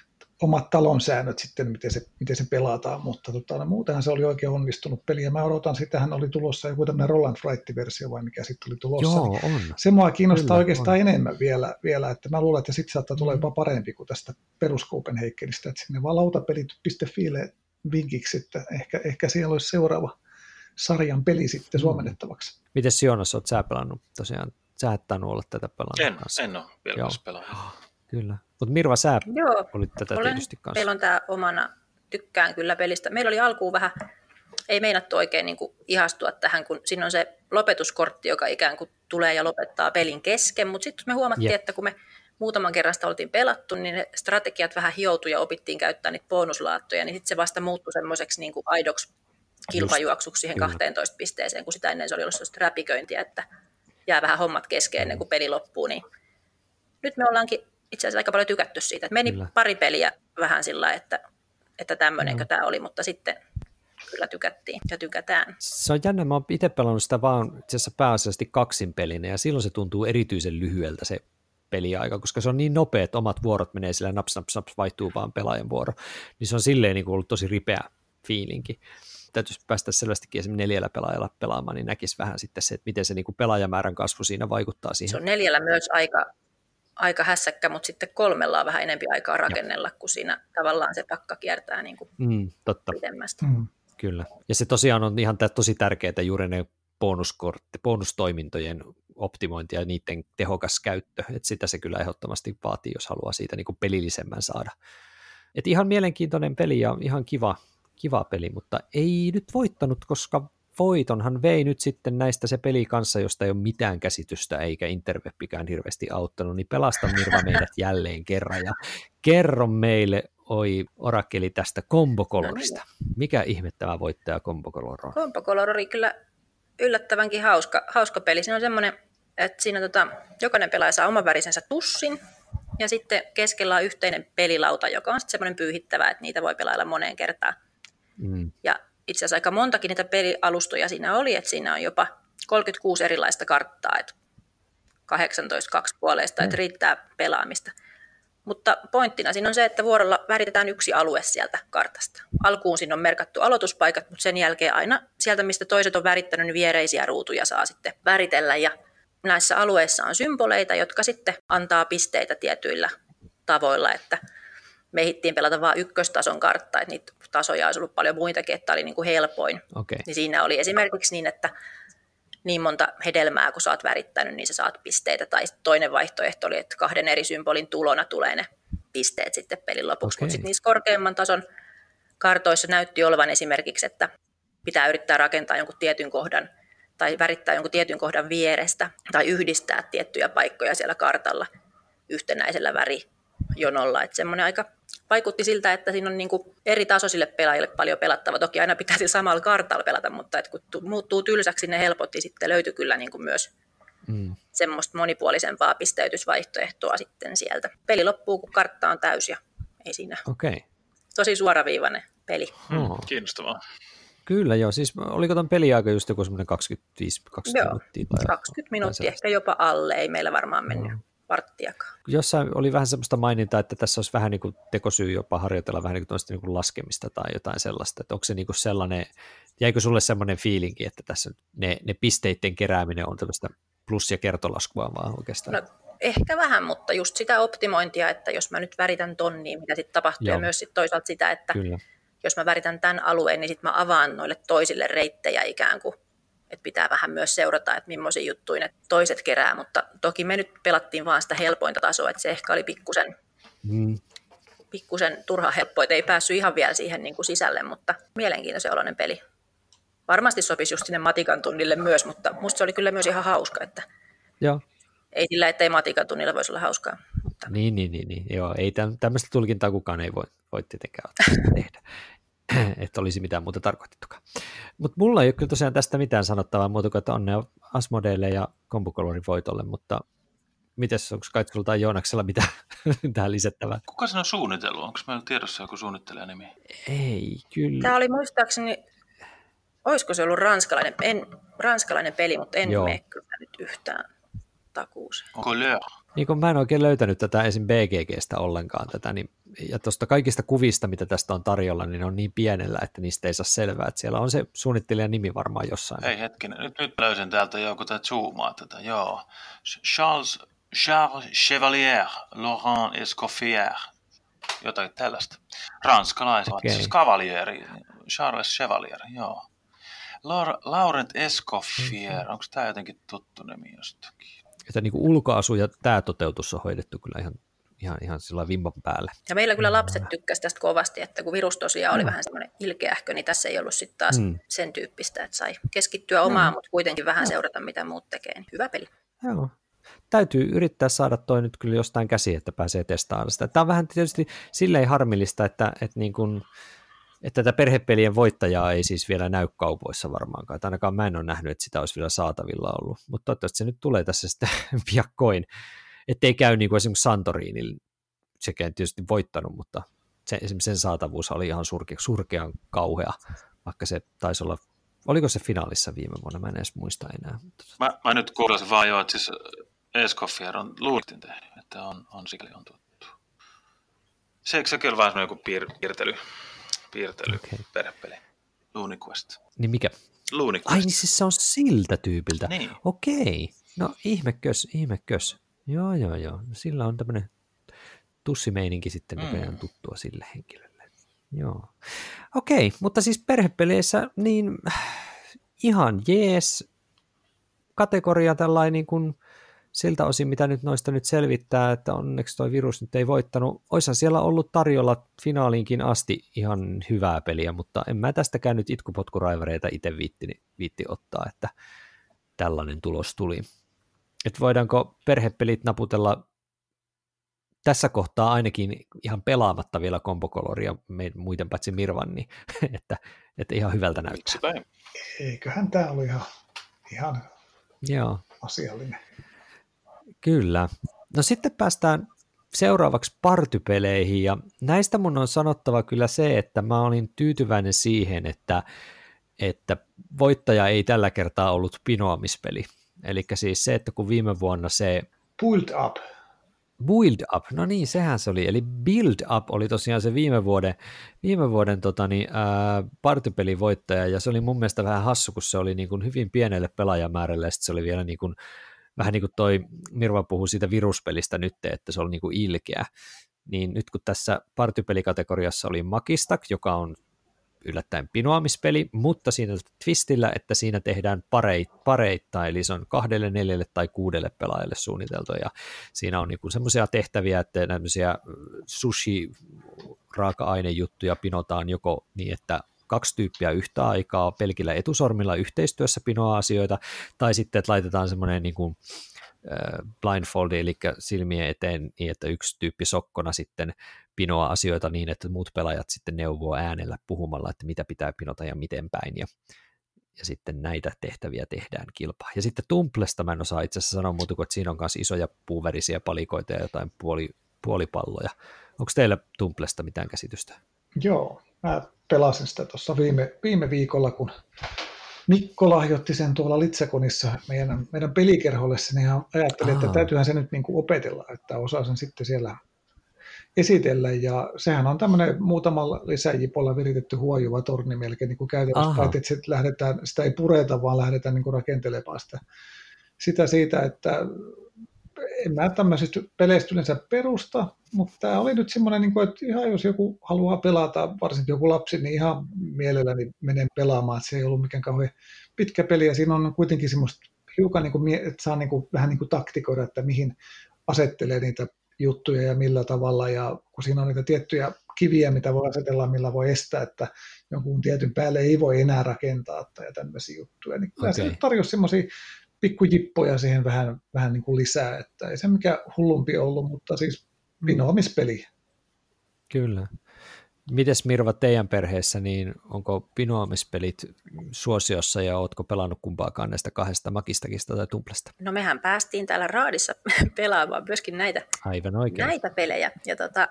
omat talonsäännöt sitten, miten se pelataan, mutta muutenhan se oli oikein onnistunut peli, ja mä odotan, sitähän oli tulossa joku tämmöinen Roland Wright-versio, vai mikä sitten oli tulossa. Joo, on. Se mua kiinnostaa oikeastaan enemmän vielä, että mä luulen, että sitten saattaa tulla jopa parempi kuin tästä perus Copenhagenista, että sinne vaan lautapelit.fiille vinkiksi, että ehkä siellä olisi seuraava sarjan peli sitten suomennettavaksi. Mites Joonas, oot sä pelannut tosiaan? Sä et tainnut olla tätä pelannut kanssa. En ole vielä pelannut. Kyllä. Mutta Mirva, sä olit tätä tietysti kanssa. Meillä on tämä omana, tykkään kyllä pelistä. Meillä oli alkuun vähän, ei meinattu oikein niin kuin ihastua tähän, kun siinä on se lopetuskortti, joka ikään kuin tulee ja lopettaa pelin kesken, mutta sitten me huomattiin, että kun me muutaman kerran sitä oltiin pelattu, niin ne strategiat vähän hioutui ja opittiin käyttää niitä bonuslaattoja, niin sitten se vasta muuttui semmoiseksi niin kuin aidoksi kilpajuoksuksi siihen 12 pisteeseen, kun sitä ennen se oli ollut sellaista räpiköintiä, että jää vähän hommat kesken ennen kuin peli loppuu. Niin nyt me ollaankin itse asiassa aika paljon tykätty siitä. Että meni pari peliä vähän sillä, että tämmöinenkö tämä oli, mutta sitten kyllä tykättiin ja tykätään. Se on jännä, mä oon itse pelannut sitä vaan itse asiassa pääasiallisesti kaksinpelinä, ja silloin se tuntuu erityisen lyhyeltä se peliaika, koska se on niin nopea, että omat vuorot menee sillä naps, vaihtuu vaan pelaajan vuoro. Niin se on silleen niin kuin ollut tosi ripeä fiilinki. Täytyisi päästä selvästikin esimerkiksi 4 pelaajalla pelaamaan, niin näkisi vähän sitten se, että miten se niin kuin pelaajamäärän kasvu siinä vaikuttaa siihen. Se on 4 myös aika hässäkkä, mutta sitten 3 on vähän enemmän aikaa rakennella, kun siinä tavallaan se pakka kiertää niin kuin pidemmästä. Kyllä. Ja se tosiaan on ihan tosi tärkeää juuri ne bonustoimintojen optimointi ja niiden tehokas käyttö, että sitä se kyllä ehdottomasti vaatii, jos haluaa siitä niin kuin pelillisemmän saada. Et ihan mielenkiintoinen peli ja ihan kiva peli, mutta ei nyt voittanut, koska voitonhan vei nyt sitten näistä se peli kanssa, josta ei ole mitään käsitystä eikä interwebbikään hirveästi auttanut, niin pelasta Mirva meidät jälleen kerran ja kerro meille orakeli tästä Combo Colorista. Mikä ihme tämä voittaja Combo Color on? Combo Color oli kyllä yllättävänkin hauska peli. Siinä on semmoinen, että siinä jokainen pelaaja saa oman värisensä tussin ja sitten keskellä on yhteinen pelilauta, joka on sitten semmoinen pyyhittävä, että niitä voi pelailla moneen kertaan. Ja itse asiassa aika montakin niitä pelialustoja siinä oli, että siinä on jopa 36 erilaista karttaa, että 18 kaksipuoleista, että riittää pelaamista. Mutta pointtina siinä on se, että vuorolla väritetään yksi alue sieltä kartasta. Alkuun siinä on merkattu aloituspaikat, mutta sen jälkeen aina sieltä, mistä toiset on värittänyt, niin viereisiä ruutuja saa sitten väritellä. Ja näissä alueissa on symboleita, jotka sitten antaa pisteitä tietyillä tavoilla, että me ehdittiin pelata vain ykköstason karttaa, että niitä tasoja olisi ollut paljon muitakin, että oli niin kuin helpoin. Okay. Niin siinä oli esimerkiksi niin, että niin monta hedelmää, kun sä oot värittänyt, niin sä saat pisteitä. Tai toinen vaihtoehto oli, että 2 eri symbolin tulona tulee ne pisteet sitten pelin lopuksi. Mutta sitten niissä korkeamman tason kartoissa näytti olevan esimerkiksi, että pitää yrittää rakentaa jonkun tietyn kohdan tai värittää jonkun tietyn kohdan vierestä tai yhdistää tiettyjä paikkoja siellä kartalla yhtenäisellä värijonolla. Että semmoinen aika vaikutti siltä, että siinä on niin kuin eri tasoisille pelaajille paljon pelattava. Toki aina pitäisi samalla kartalla pelata, mutta että kun muuttuu tylsäksi, ne helpotti sitten löytyi kyllä niin kuin myös semmoista monipuolisempaa pisteytysvaihtoehtoa sitten sieltä. Peli loppuu, kun kartta on täysi ja ei siinä. Okay. Tosi suoraviivainen peli. Kiinnostavaa. Kyllä joo, siis oliko ton peliaika just joku semmoinen 25-20 minuuttia? Tai 20 minuuttia, ehkä jopa alle, ei meillä varmaan mennyt varttiakaan. Jossain oli vähän semmoista mainintaa, että tässä olisi vähän niin kuin tekosyy jopa harjoitella vähän niin kuin laskemista tai jotain sellaista, että onko se niin kuin sellainen, jäikö sulle semmoinen fiilinki, että tässä ne pisteiden kerääminen on tällaista plus- ja kertolaskua vaan oikeastaan? No, ehkä vähän, mutta just sitä optimointia, että jos mä nyt väritän tonniin, mitä sitten tapahtuu, ja myös sit toisaalta sitä, että jos mä väritän tämän alueen, niin sitten mä avaan noille toisille reittejä ikään kuin, että pitää vähän myös seurata, että millaisia juttuja ne toiset kerää, mutta toki me nyt pelattiin vaan sitä helpointa tasoa, että se ehkä oli pikkusen turha helppo, että ei päässyt ihan vielä siihen niin kuin sisälle, mutta mielenkiintoisen oloinen peli. Varmasti sopisi just sinne matikan tunnille myös, mutta musta se oli kyllä myös ihan hauska, että ei sillä, ettei matikan tunnilla voisi olla hauskaa. Mutta. Niin. Joo, ei tämmöistä tulkintaa kukaan ei voi tietenkään tehdä, että olisi mitään muuta tarkoitettukaan. Mutta mulla ei ole kyllä tosiaan tästä mitään sanottavaa muuta kuin, että onnea Asmodeille ja Combocolorin voitolle, mutta mites, onko Kaitsulla tai Joonaksella mitään tähän lisättävää? Kuka sen on suunnitellut? Onko meillä tiedossa joku suunnittelijan nimi? Ei, kyllä. Tämä oli muistaakseni, olisiko se ollut ranskalainen peli, mutta en mene kyllä nyt yhtään takuuseen. Onko Leur? Niin kun mä en oikein löytänyt tätä esim. BGGstä ollenkaan tätä, niin, ja tuosta kaikista kuvista, mitä tästä on tarjolla, niin ne on niin pienellä, että niistä ei saa selvää, että siellä on se suunnittelijan nimi varmaan jossain. Ei hetkinen, nyt löysin täältä joku zoomaa tätä, joo. Charles Chevalier, Laurent Escoffier, jotain tällaista. Ranskalaiset, siis Cavalieri, Charles Chevalier, joo. Laurent Escoffier, onko tämä jotenkin tuttu nimi jostakin? Että niin kuin ulkoasu ja tämä toteutus on hoidettu kyllä ihan sillä vimpan päälle. Ja meillä kyllä lapset tykkäsivät tästä kovasti, että kun virus tosiaan oli vähän semmoinen ilkeähkö, niin tässä ei ollut sitten taas sen tyyppistä, että sai keskittyä omaan, mutta kuitenkin vähän seurata, mitä muut tekee. Niin hyvä peli. Joo. Täytyy yrittää saada toi nyt kyllä jostain käsiin, että pääsee testaamaan sitä. Tämä on vähän tietysti silleen harmillista, että niin kuin että tätä perhepelien voittajaa ei siis vielä näy kaupoissa varmaankaan. Että ainakaan mä en ole nähnyt, että sitä olisi vielä saatavilla ollut. Mutta toivottavasti se nyt tulee tässä sitten piakkoin. Ettei käy niin kuin esimerkiksi Santorinilla. Sekä tietysti voittanut, mutta esimerkiksi sen saatavuus oli ihan surkean kauhea. Vaikka se taisi olla, oliko se finaalissa viime vuonna? Mä en edes muista enää. Mä nyt kuulisin vaan jo, että siis Escoffier on luultin tehnyt, että on sikäli on tuttu. Se kyllä vaan semmoinen joku piirtely perhepeli. Looniquest. Niin mikä? Looniquest. Ai niin siis se on siltä tyypiltä. Niin. Okei. No ihmekös. Joo. Sillä on tämmöinen tussimeininki sitten näköjään tuttua sille henkilölle. Joo. Okei, mutta siis perhepeleissä niin ihan jees kategoria tällainen niin kuin siltä osin, mitä nyt noista nyt selvittää, että onneksi toi virus nyt ei voittanut. Oishan siellä ollut tarjolla finaaliinkin asti ihan hyvää peliä, mutta en mä tästäkään nyt itkupotkuraivareita itse viitti ottaa, että tällainen tulos tuli. Että voidaanko perhepelit naputella tässä kohtaa ainakin ihan pelaamatta vielä Combocoloria muiden paitsi Mirvan, niin että ihan hyvältä näyttää. Eiköhän tämä ollut ihan asiallinen. Kyllä. No sitten päästään seuraavaksi partypeleihin, ja näistä mun on sanottava kyllä se, että mä olin tyytyväinen siihen, että voittaja ei tällä kertaa ollut pinoamispeli. Eli siis se, että kun viime vuonna se... Pulled Up. Build Up, no niin, sehän se oli. Eli Build Up oli tosiaan se viime vuoden partypelin voittaja, ja se oli mun mielestä vähän hassu, kun se oli niin kuin hyvin pienelle pelaajamäärälle, ja sitten se oli vielä niin kuin, vähän niin kuin toi Mirva puhui siitä viruspelistä nyt, että se oli niin kuin ilkeä. Niin nyt kun tässä partypelikategoriassa oli Makistak, joka on yllättäen pinoamispeli, mutta siinä twistillä, että siinä tehdään pareittain, eli se on 2, 4 tai 6 pelaajalle suunniteltu, ja siinä on niinku semmoisia tehtäviä, että tämmöisiä sushi-raaka-ainejuttuja pinotaan joko niin, että 2 tyyppiä yhtä aikaa pelkillä etusormilla yhteistyössä pinoa asioita, tai sitten, että laitetaan semmoinen niinku blindfoldi, eli silmien eteen niin, että yksi tyyppi sokkona sitten pinoa asioita niin, että muut pelaajat sitten neuvoo äänellä puhumalla, että mitä pitää pinota ja miten päin, ja sitten näitä tehtäviä tehdään kilpaa. Ja sitten Tumplesta mä en osaa itse asiassa sanoa muuta kuin, että siinä on myös isoja puuvärisiä palikoita ja jotain puolipalloja. Onko teillä Tumplesta mitään käsitystä? Joo, mä pelasin sitä tuossa viime viikolla, kun Mikko lahjoitti sen tuolla Litsakonissa meidän pelikerholle, niin ajattelin, että täytyyhän se nyt niin kuin opetella, että osaa sen sitten siellä esitellä, ja sehän on tämmöinen muutamalla lisäjipolla viritetty huojuva torni melkein niin kuin käytännössä, paitsi että sitä ei pureta, vaan lähdetään niin kuin rakentelemaan sitä siitä, että en mä tämmöisistä peleistä yleensä perusta, mutta tämä oli nyt semmoinen, niin kuin, että ihan jos joku haluaa pelata, varsinkin joku lapsi, niin ihan mielelläni menen pelaamaan, että se ei ollut mikään kauhean pitkä peli, ja siinä on kuitenkin semmoista hiukan, niin kuin, että saa niin kuin, vähän niin kuin taktikoida, että mihin asettelee niitä juttuja ja millä tavalla, ja kun siinä on niitä tiettyjä kiviä, mitä voi asetella, millä voi estää, että jonkun tietyn päälle ei voi enää rakentaa tai tämmöisiä juttuja, niin kyllä se tarjosi semmoisia pikkujippoja siihen vähän niin kuin lisää, että ei se mikään hullumpi ollut, mutta siis pinoamispeli. Kyllä. Mites Mirva teidän perheessä, niin onko pinoamispelit suosiossa ja ootko pelannut kumpaakaan näistä 2 Makistakista tai Tumplesta? No mehän päästiin täällä Raadissa pelaamaan myöskin näitä pelejä. Ja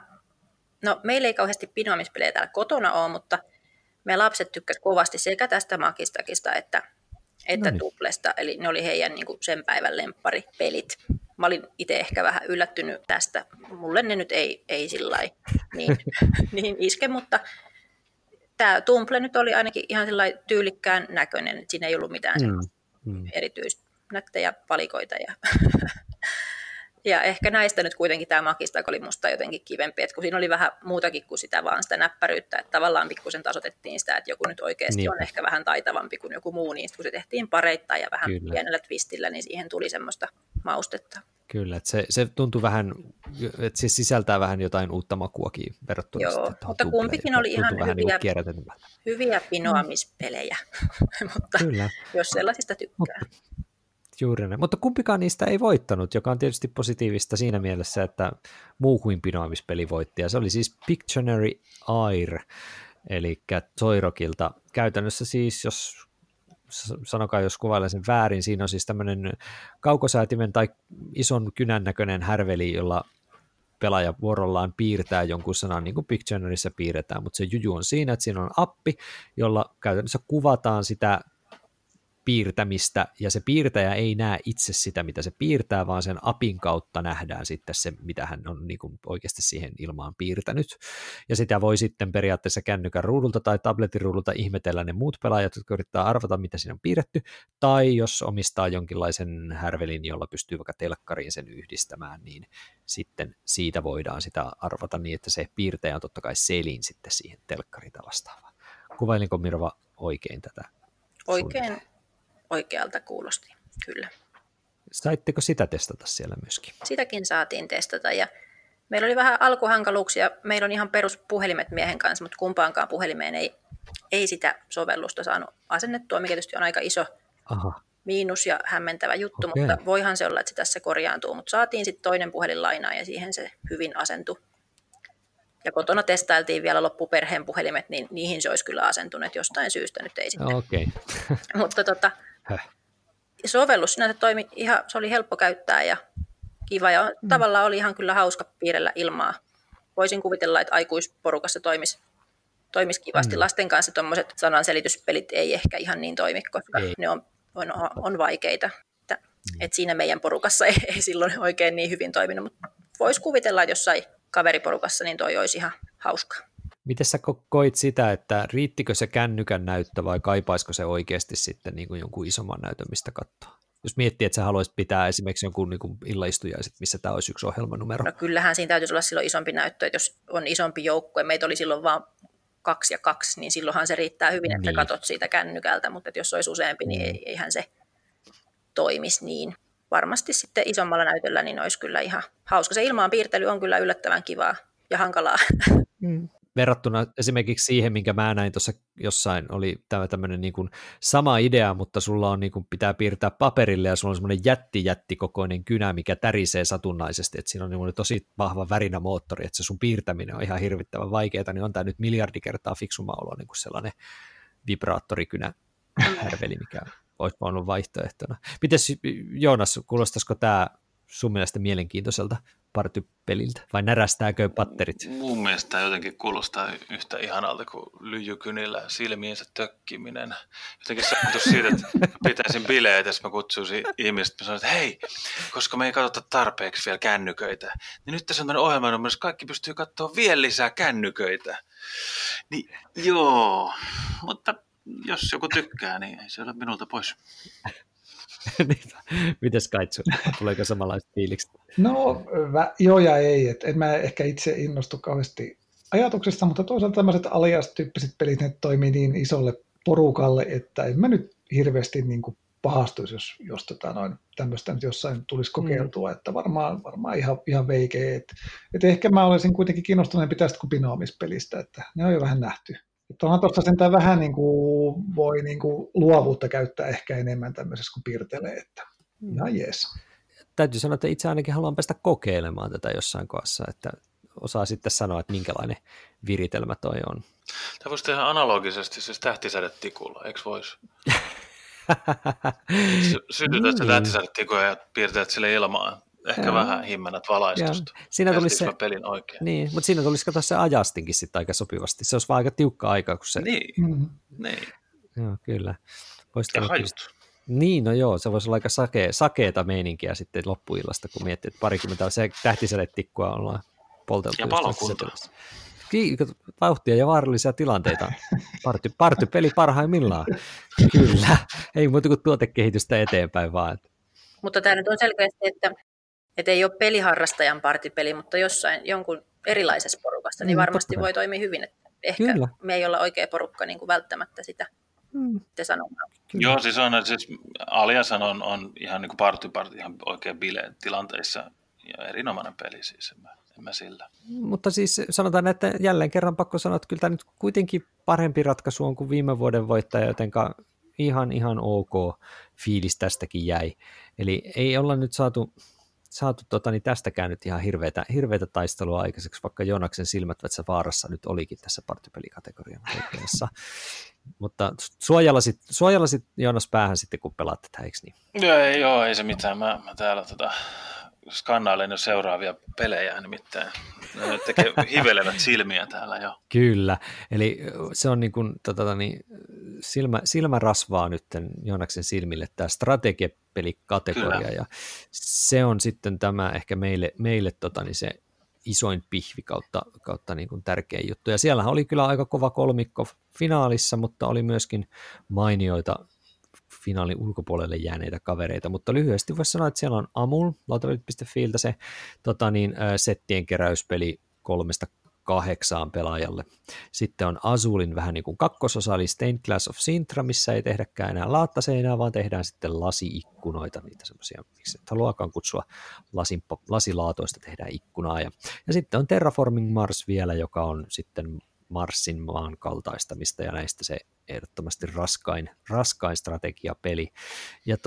no meillä ei kauheasti pinoamispelejä täällä kotona ole, mutta me lapset tykkäsivät kovasti sekä tästä Makistakista että Tumplesta, eli ne oli heidän niin kuin sen päivän lempparipelit. Mä olin itse ehkä vähän yllättynyt tästä. Mulle ne nyt ei sillai niin iske, mutta tämä Tumple nyt oli ainakin ihan tyylikkään näköinen, että siinä ei ollut mitään erityisnättejä palikoita. Ja ehkä näistä nyt kuitenkin tämä Makistak oli musta jotenkin kivempi, että kun siinä oli vähän muutakin kuin sitä vaan sitä näppäryyttä, että tavallaan pikkusen tasoitettiin sitä, että joku nyt oikeasti on ehkä vähän taitavampi kuin joku muu, niin kun se tehtiin pareittain ja vähän pienellä twistillä, niin siihen tuli semmoista maustetta. Kyllä, että se tuntui vähän, että se sisältää vähän jotain uutta makuakin verrattuna. Joo, mutta kumpikin oli ihan hyviä pinoamispelejä, mutta kyllä. Jos sellaisista tykkää. Juuri näin. Mutta kumpikaan niistä ei voittanut, joka on tietysti positiivista siinä mielessä, että muu kuin pinoamispeli voitti. Ja se oli siis Pictionary Air, eli Toirokilta. Käytännössä siis, jos kuvailen sen väärin, siinä on siis tämmöinen kaukosäätimen tai ison kynän näköinen härveli, jolla pelaaja vuorollaan piirtää jonkun sanan, niin kuin Pictionaryssä piirretään, mutta se juju on siinä, että siinä on appi, jolla käytännössä kuvataan sitä piirtämistä, ja se piirtäjä ei näe itse sitä, mitä se piirtää, vaan sen apin kautta nähdään sitten se, mitä hän on niin kuin oikeasti siihen ilmaan piirtänyt. Ja sitä voi sitten periaatteessa kännykän ruudulta tai tabletin ruudulta ihmetellä ne muut pelaajat, jotka yrittää arvata, mitä siinä on piirretty, tai jos omistaa jonkinlaisen härvelin, jolla pystyy vaikka telkkariin sen yhdistämään, niin sitten siitä voidaan sitä arvata niin, että se piirtäjä on totta kai selin sitten siihen telkkariin vastaavaan. Kuvailinko Mirva oikein tätä? Oikealta kuulosti, kyllä. Saitteko sitä testata siellä myöskin? Sitäkin saatiin testata, ja meillä oli vähän alkuhankaluuksia. Meillä on ihan peruspuhelimet miehen kanssa, mutta kumpaankaan puhelimeen ei sitä sovellusta saanut asennettua, mikä tietysti on aika iso miinus ja hämmentävä juttu, mutta voihan se olla, että se tässä korjaantuu. Mutta saatiin sitten toinen puhelin lainaan, ja siihen se hyvin asentui. Ja kotona testailtiin vielä loppuperheen puhelimet, niin niihin se olisi kyllä asentunut jostain syystä, nyt ei sitten. Mutta sovellus sinänsä toimi ihan, se oli helppo käyttää ja kiva, ja tavallaan oli ihan kyllä hauska piirrellä ilmaa. Voisin kuvitella, että aikuisporukassa toimisi kivasti. Lasten kanssa tuommoiset sananselitysppelit ei ehkä ihan niin toimi, koska ne on vaikeita. Et siinä meidän porukassa ei silloin oikein niin hyvin toiminut, mutta voisi kuvitella, että jossain kaveriporukassa niin toi olisi ihan hauskaa. Miten sä koit sitä, että riittikö se kännykän näyttö vai kaipaisiko se oikeasti sitten niin kuin jonkun isomman näytön, mistä katsoa? Jos miettii, että sä haluaisit pitää esimerkiksi jonkun niin kuin illanistujaiset, missä tämä olisi yksi ohjelmanumero. No kyllähän siinä täytyisi olla silloin isompi näyttö, että jos on isompi joukko ja meitä oli silloin vaan 2 ja 2, niin silloinhan se riittää hyvin, että katot siitä kännykältä, mutta jos olisi useampi, niin eihän se toimisi niin. Varmasti sitten isommalla näytöllä niin olisi kyllä ihan hauska. Se ilmaanpiirtely on kyllä yllättävän kivaa ja hankalaa. Verrattuna esimerkiksi siihen, minkä mä näin tuossa jossain, oli tämmöinen niin kuin sama idea, mutta sulla on niin kuin pitää piirtää paperille ja sulla on semmoinen jättikokoinen kynä, mikä tärisee satunnaisesti, että siinä on niin tosi vahva värinämoottori, että se sun piirtäminen on ihan hirvittävän vaikeaa, niin on tämä nyt miljardi kertaa fiksumman olo niin kuin sellainen vibraattorikynä härveli, mikä olisi ollut vaihtoehtona. Mites Joonas, kuulostaisiko tämä sun mielestä mielenkiintoiselta partypeliltä, vai närästääkö patterit? Mun mielestä tämä jotenkin kuulostaa yhtä ihanalta kuin lyijykynillä silmiensä tökkiminen. Jotenkin se ajatus siitä, että pitäisin bileitä, jos mä kutsuisin ihmiset, mä sanoin, että hei, koska me ei katsota tarpeeksi vielä kännyköitä, niin nyt tässä on tämmöinen ohjelma, jossa kaikki pystyy katsoa vielä lisää kännyköitä. Niin joo, mutta jos joku tykkää, niin ei se ole minulta pois. Mites Kaitsu, tuleeko samanlaiset fiilikset? No joo ja ei, että en mä ehkä itse innostu kauheasti ajatuksesta, mutta toisaalta tämmöiset alias-tyyppiset pelit ne toimii niin isolle porukalle, että en mä nyt hirveästi niin kuin pahastuisi, jos tämmöistä nyt jossain tulisi kokeiltua, että varmaan ihan veikeä, että ehkä mä olisin kuitenkin kiinnostuneempi tästä kuin Binomis-pelistä, että ne on jo vähän nähty. Että onhan tuossa sentään vähän niin kuin voi niin kuin luovuutta käyttää ehkä enemmän tämmöisessä kuin piirtelee, että ihan jees. Täytyy sanoa, että itse ainakin haluan päästä kokeilemaan tätä jossain kohdassa, että osaa sitten sanoa, että minkälainen viritelmä toi on. Tämä voisi tehdä analogisesti siis tähtisädetikulla, eikö voisi? Sytytät se tähtisädetikulla ja piirtelet sille ilmaan. Ehkä vähän himmennät valaistusta. Siinä tulisi se pelin oikein. Niin, mutta siinä tulisi katsoa se ajastinkin sitten aika sopivasti. Se olisi vaan aika tiukka aika, kun se... Niin. Joo, kyllä. Ja hajut. Niin, no joo, se voisi olla aika sakeeta meininkiä sitten loppuillasta, kun miettii, että 20 se tähtisädetikkua ollaan polteltu. Ja palokunta. Vauhtia ja vaarallisia tilanteita. Partypeli parhaimmillaan. Kyllä, ei muuta kuin tuotekehitystä eteenpäin vaan. Mutta tämä nyt on selkeästi, että ei ole peliharrastajan partypeli, mutta jossain jonkun erilaisessa porukassa, niin varmasti voi toimia hyvin. Että ehkä kyllä. Me ei olla oikea porukka niin kuin välttämättä sitä te sanomaan. Joo, siis Aliashan on ihan niin kuin party, ihan oikea bile tilanteissa ja erinomainen peli siis, en mä sillä. Mutta siis sanotaan, että jälleen kerran pakko sanoa, että kyllä tämä nyt kuitenkin parempi ratkaisu on kuin viime vuoden voittaja, jotenka ihan ok fiilis tästäkin jäi. Eli ei olla nyt saatu tästäkään nyt ihan hirveätä taistelua aikaiseksi, vaikka Joonaksen silmät vaarassa nyt olikin tässä partypelikategorian oikeassa. Mutta suojalasit Joonas päähän sitten, kun pelaat tätä, eikö niin? Joo, ei se mitään. Mä täällä skannailen jo seuraavia pelejä, nimittäin ne tekee hivelevät silmiä täällä jo. Kyllä, eli se on niin kuin, silmärasvaa nyt Joonaksen silmille tämä strategiapelikategoria, kyllä. Ja se on sitten tämä ehkä meille se isoin pihvi kautta niin kuin tärkein juttu. Ja siellähän oli kyllä aika kova kolmikko finaalissa, mutta oli myöskin mainioita finaalin ulkopuolelle jääneitä kavereita, mutta lyhyesti voisi sanoa, että siellä on Amul, lautapelit.fiiltä se settien keräyspeli 3-8 pelaajalle. Sitten on Azulin vähän niin kuin kakkososa, eli Stained Glass of Sintra, missä ei tehdäkään enää laattaseinää, vaan tehdään sitten lasiikkunoita, niitä semmoisia, miksi et haluakaan kutsua lasilaatoista, tehdään ikkunaa. Ja sitten on Terraforming Mars vielä, joka on sitten Marsin maan kaltaistamista, ja näistä se ehdottomasti raskain strategiapeli. Ja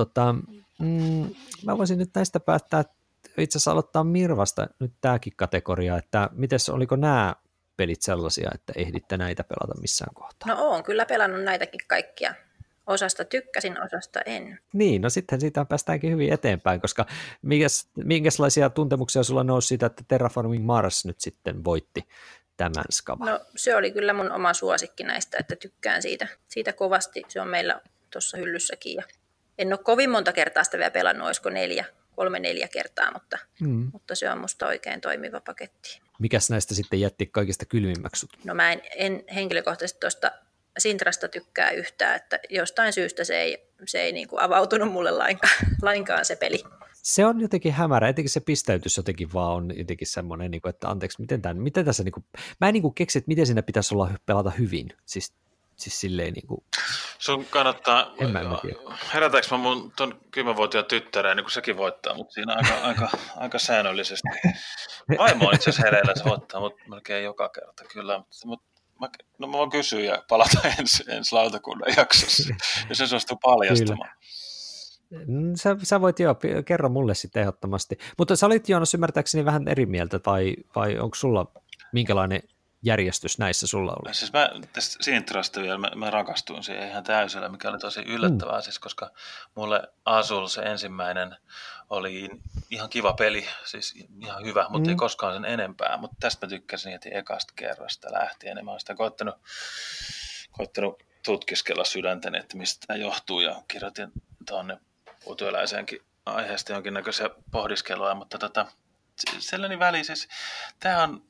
mä voisin nyt näistä päättää, itse asiassa aloittaa Mirvasta nyt tämäkin kategoria, että oliko nämä pelit sellaisia, että ehditte näitä pelata missään kohtaa? No oon kyllä pelannut näitäkin kaikkia. Osasta tykkäsin, osasta en. Niin, no sitten siitä päästäänkin hyvin eteenpäin, koska minkälaisia tuntemuksia sulla nousi siitä, että Terraforming Mars nyt sitten voitti tämän skavan? No se oli kyllä mun oma suosikki näistä, että tykkään siitä kovasti. Se on meillä tuossa hyllyssäkin. Ja en ole kovin monta kertaa sitä vielä pelannut, olisiko 3-4 3-4 kertaa, mutta se on musta oikein toimiva paketti. Mikäs näistä sitten jätti kaikista kylmimmäksi? No mä en henkilökohtaisesti tuosta Sintrasta tykkää yhtään, että jostain syystä se ei niin kuin avautunut mulle lainkaan se peli. Se on jotenkin hämärä, etenkin se pistäytys jotenkin vaan on jotenkin semmoinen, että anteeksi, miten tässä, mä en keksi, että miten siinä pitäisi pelata hyvin, siis silleen Sun kannattaa, herätäänkö mä mun ton 10-vuotiaan tyttäreen, niin kun sekin voittaa, mutta siinä aika säännöllisesti. Vaimo on itse asiassa hereillä, se voittaa, mutta melkein joka kerta kyllä, mä voin kysyä ja palata ensi lautakunnan jaksossa, ja se suostuu paljastamaan. Sä voit kerro mulle sitten ehdottomasti. Mutta sä olit, Joonas, ymmärtääkseni vähän eri mieltä, vai onko sulla minkälainen järjestys näissä sulla oli? Siis mä tästä Sintrasta vielä, mä rakastuin siihen ihan täysillä, mikä oli tosi yllättävää, siis koska mulle Azul se ensimmäinen oli ihan kiva peli, siis ihan hyvä, mutta ei koskaan sen enempää, mutta tästä mä tykkäsin heti ekasta kerrasta lähtien, ja mä oon sitä koittanut tutkiskella sydäntäni, että mistä tämä johtuu, ja kirjoitin tuonne puutyöläiseenkin aiheesta jonkinnäköisiä pohdiskelua, mutta sellainen väli, siis tämä on,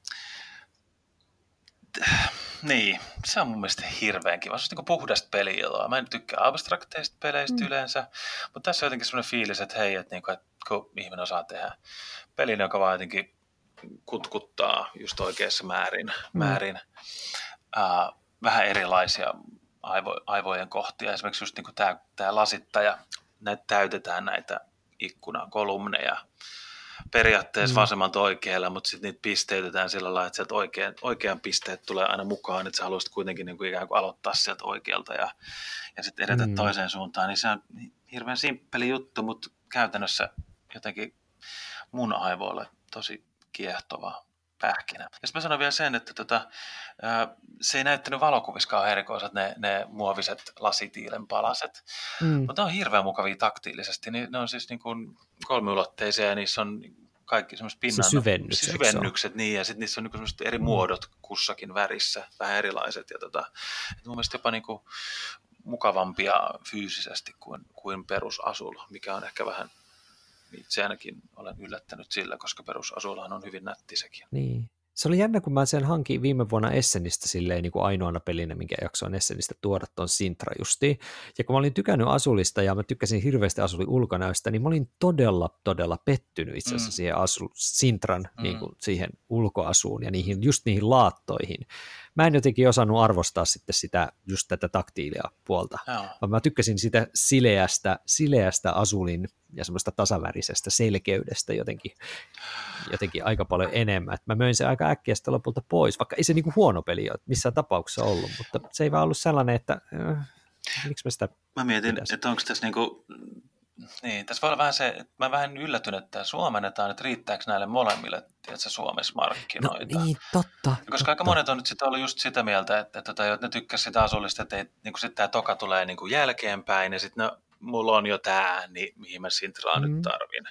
niin, se on mun mielestä hirveän kiva. Se on niin puhdasta peliiloa. Mä en tykkää abstrakteista peleistä yleensä, mutta tässä on jotenkin sellainen fiilis, että hei, että kun ihminen osaa tehdä pelin, joka vaan jotenkin kutkuttaa just oikeassa määrin vähän erilaisia aivojen kohtia. Esimerkiksi just niin tämä lasittaja, näitä täytetään näitä ikkunakolumneja periaatteessa vasemmalta oikealle, mutta sitten niitä pisteytetään sillä lailla, että sieltä oikean pisteet tulee aina mukaan, että sä haluaisit kuitenkin niin kuin ikään kuin aloittaa sieltä oikealta ja sitten edetä toiseen suuntaan, niin se on hirveän simppeli juttu, mutta käytännössä jotenkin mun aivoille tosi kiehtova pähkinä. Ja sitten mä sanon vielä sen, että se ei näyttänyt valokuvissa kauhean erikoiset ne muoviset lasitiilen palaset, mutta ne on hirveän mukavia taktiilisesti. Ne on siis niin kuin kolmiulotteisia ja niissä on kaikki semmoiset pinnan syvennykset niin, ja sitten niissä on niin semmoiset eri muodot kussakin värissä, vähän erilaiset. Ja mun mielestä jopa niin kuin mukavampia fyysisesti kuin perusAzul, mikä on ehkä vähän, itse ainakin olen yllättänyt sillä, koska perusAzulhan on hyvin nätti sekin. Niin. Se oli jännä, kun mä sen hankin viime vuonna Essenistä silleen niin kuin ainoana pelinä, minkä jaksoin Essenistä tuoda ton Sintra justiin. Ja kun mä olin tykännyt Azulista ja mä tykkäsin hirveästi Azulin ulkonäöstä, niin mä olin todella pettynyt itse asiassa siihen Sintran niin kuin siihen ulkoasuun ja just niihin laattoihin. Mä en jotenkin osannut arvostaa sitten just tätä taktiilia puolta, vaan mä tykkäsin sitä sileästä Azulin ja semmoista tasavärisestä selkeydestä jotenkin aika paljon enemmän. Mä möin sen aika äkkiä sitä lopulta pois, vaikka ei se niinku huono peli ole missään tapauksessa ollut, mutta se ei vaan ollut sellainen, että miksi mä sitä Mä mietin, että onko tässä niinku, niin, tässä voi olla vähän se, että mä vähän yllätynyt, että suomennetaan, että riittääkö näille molemmille, tiedätkö, Suomessa markkinoita. No niin, totta. Koska aika monet on nyt sitten ollut just sitä mieltä, että ne tykkäsivät sitä Azulista, että niin sitten tämä toka tulee niin kuin jälkeenpäin, ja sitten mulla on jo tämä, niin mihin mä Sintraa nyt tarvin.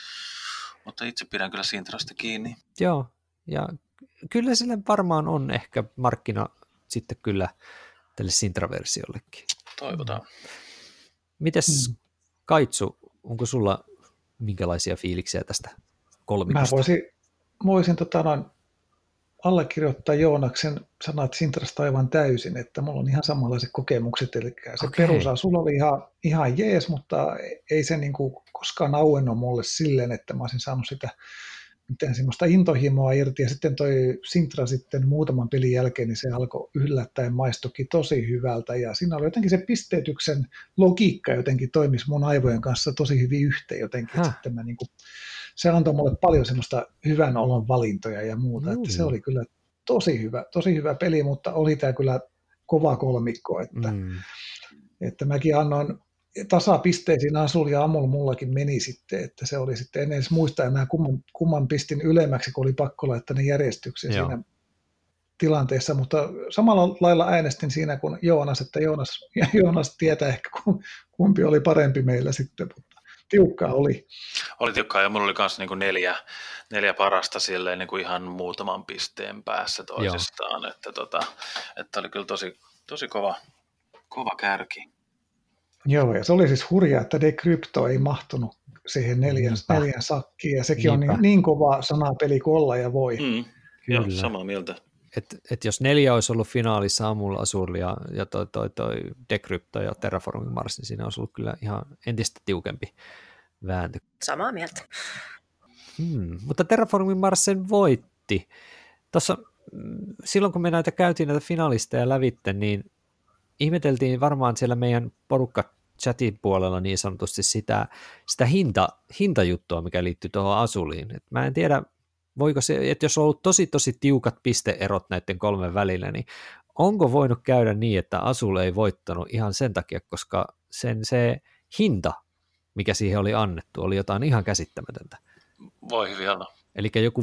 Mutta itse pidän kyllä Sintrasta kiinni. Joo, ja kyllä sille varmaan on ehkä markkina sitten kyllä tälle Sintra-versiollekin. Toivotaan. Mites Kaitsu, onko sulla minkälaisia fiiliksiä tästä kolmikosta? Mä voisin allekirjoittaa Joonaksen sanat Sintrasta aivan täysin, että mulla on ihan samanlaiset kokemukset, eli se perusAzul oli ihan jees, mutta ei se niinku koskaan auennut mulle silleen, että mä olisin saanut sitä mitään semmoista intohimoa irti, ja sitten toi Sintra sitten muutaman pelin jälkeen, niin se alkoi yllättäen maistukin tosi hyvältä, ja siinä oli jotenkin se pisteytyksen logiikka jotenkin toimisi mun aivojen kanssa tosi hyvin yhteen jotenkin, että sitten mä niinku, se antoi mulle paljon semmoista hyvän olon valintoja ja muuta, että se oli kyllä tosi hyvä peli, mutta oli tämä kyllä kova kolmikko, että mäkin annoin tasapisteisiin Azul ja Amul mullakin meni sitten, että se oli sitten, en edes muista enää kumman pistin ylemmäksi, kun oli pakko laittaa ne järjestykseen siinä tilanteessa, mutta samalla lailla äänestin siinä kuin Joonas, että Joonas tietää ehkä kumpi oli parempi meillä sitten, mutta tiukkaa oli. Oli tiukkaa ja mulla oli myös niin neljä parasta silleen niin kuin ihan muutaman pisteen päässä toisistaan, että oli kyllä tosi kova kärki. Joo, ja se oli siis hurjaa, että Decrypto ei mahtunut siihen neljän sakkiin, ja sekin Niinpä. on niin kova sanapeli kuin olla ja voi. Joo, samaa mieltä. Et jos 4 olisi ollut finaalissa Amul, Azul ja toi Decrypto ja Terraforming Mars, niin siinä olisi ollut kyllä ihan entistä tiukempi vääntö. Samaa mieltä. Mutta Terraforming Mars sen voitti. Tuossa, silloin kun me näitä käytiin näitä finalisteja lävitte, niin ihmeteltiin varmaan siellä meidän porukka-chatin puolella niin sanotusti sitä hintajuttua, mikä liittyy tuohon Azuliin. Et mä en tiedä, voiko se, että jos on ollut tosi tiukat pisteerot näiden 3 välillä, niin onko voinut käydä niin, että Azul ei voittanut ihan sen takia, koska se hinta, mikä siihen oli annettu, oli jotain ihan käsittämätöntä. Voi hyvin olla. Eli joku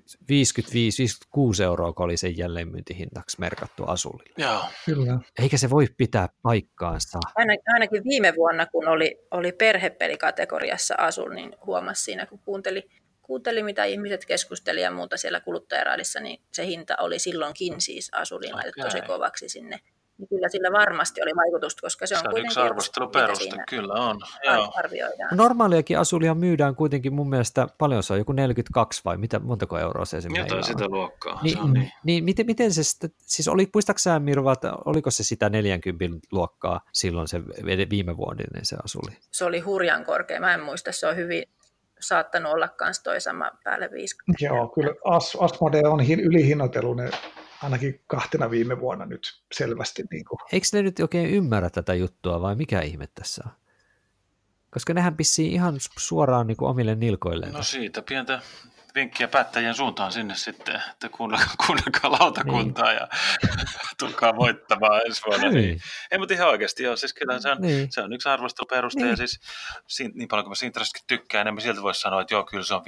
55-56 euroa, kun oli sen jälleenmyyntihintaksi merkattu Azulille. Joo. Kyllä. Eikä se voi pitää paikkaansa. Ainakin viime vuonna, kun oli perhepelikategoriassa Azul, niin huomasi siinä, kun kuunteli, mitä ihmiset keskusteli ja muuta siellä kuluttajaraadissa, niin se hinta oli silloinkin siis Azulin laitettu tosi kovaksi sinne. Niin kyllä sillä varmasti oli vaikutusta, koska se on kuitenkin yksi arvosteluperuste, kyllä on. Arvioidaan. Normaaliakin Azulia myydään kuitenkin mun mielestä paljon, se on joku 42 vai montako euroa se meillä on. Jotain sitä luokkaa, niin, se on niin. Niin miten se sitten, siis muistaaksä Mirva, että oliko se sitä 40 luokkaa silloin se viime vuodinen se Azuli? Se oli hurjan korkea, mä en muista, se on hyvin saattanut olla myös toi sama päälle 50. Joo, kyllä Asmodee on ylihinnoitellut ne ainakin 2 viime vuonna nyt selvästi. Niin kuin. Eikö ne nyt oikein ymmärrä tätä juttua vai mikä ihme tässä on? Koska nehän pissii ihan suoraan niin kuin omille nilkoilleen. No siitä pientä vinkkiä päättäjien suuntaan sinne sitten, että kuunnelkaa lautakuntaa ja tulkaa voittamaan ensi vuonna. Niin. Ei, mutta ihan oikeasti joo, siis kyllä se on yksi arvosteluperuste ja siis niin paljon kuin mä siitä tykkään, niin sieltä voisi sanoa, että joo, kyllä se on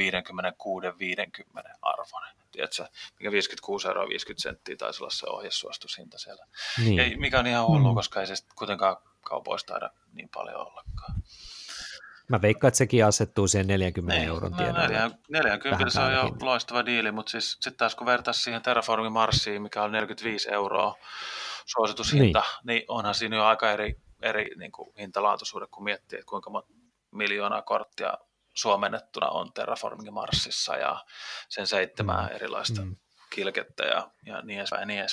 56-50 arvoinen. Tiedätkö, mikä 56 euroa 50 senttiä taisi olla se ohjesuostushinta siellä. Niin. Ei, mikä on ihan hullu, koska ei se kuitenkaan kaupoista taida niin paljon ollakaan. Mä veikkaan, että sekin asettuu siihen 40 euron tienoille. 40 se on jo loistava diili, mutta siis sitten taas kun vertaisi siihen Terraforming Marsiin, mikä on 45 euroa suositushinta, niin onhan siinä jo aika eri niin kuin hintalaatuisuudet, kun miettii, että kuinka monta miljoonaa korttia suomennettuna on Terraforming Marsissa ja sen 7 erilaista kilkettä ja niin edespäin, niin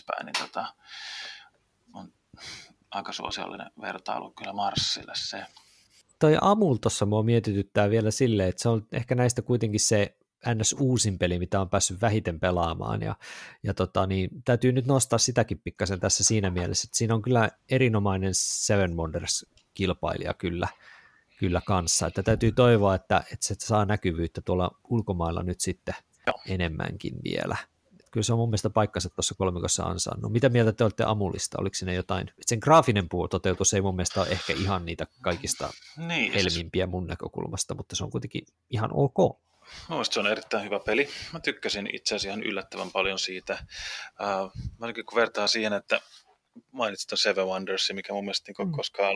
on aika suosiollinen vertailu kyllä Marsille se. Toi Amul tuossa mua mietityttää vielä silleen, että se on ehkä näistä kuitenkin se ns. Uusin peli, mitä on päässyt vähiten pelaamaan, ja niin, täytyy nyt nostaa sitäkin pikkasen tässä siinä mielessä, että siinä on kyllä erinomainen Seven Wonders-kilpailija kyllä kanssa, että täytyy toivoa, että se saa näkyvyyttä tuolla ulkomailla nyt sitten enemmänkin vielä. Kyllä se on mun mielestä paikkansa tuossa kolmikossa ansainnut. Mitä mieltä te olette Amulista? Oliko siinä jotain? Sen graafinen toteutus ei mun mielestä ole ehkä ihan niitä kaikista helmimpiä mun näkökulmasta, mutta se on kuitenkin ihan ok. Mielestäni se on erittäin hyvä peli. Mä tykkäsin itse asiassa ihan yllättävän paljon siitä. Ainakin kun vertaa siihen, että mainitsit ton Seven Wondersin, mikä mun mielestä niin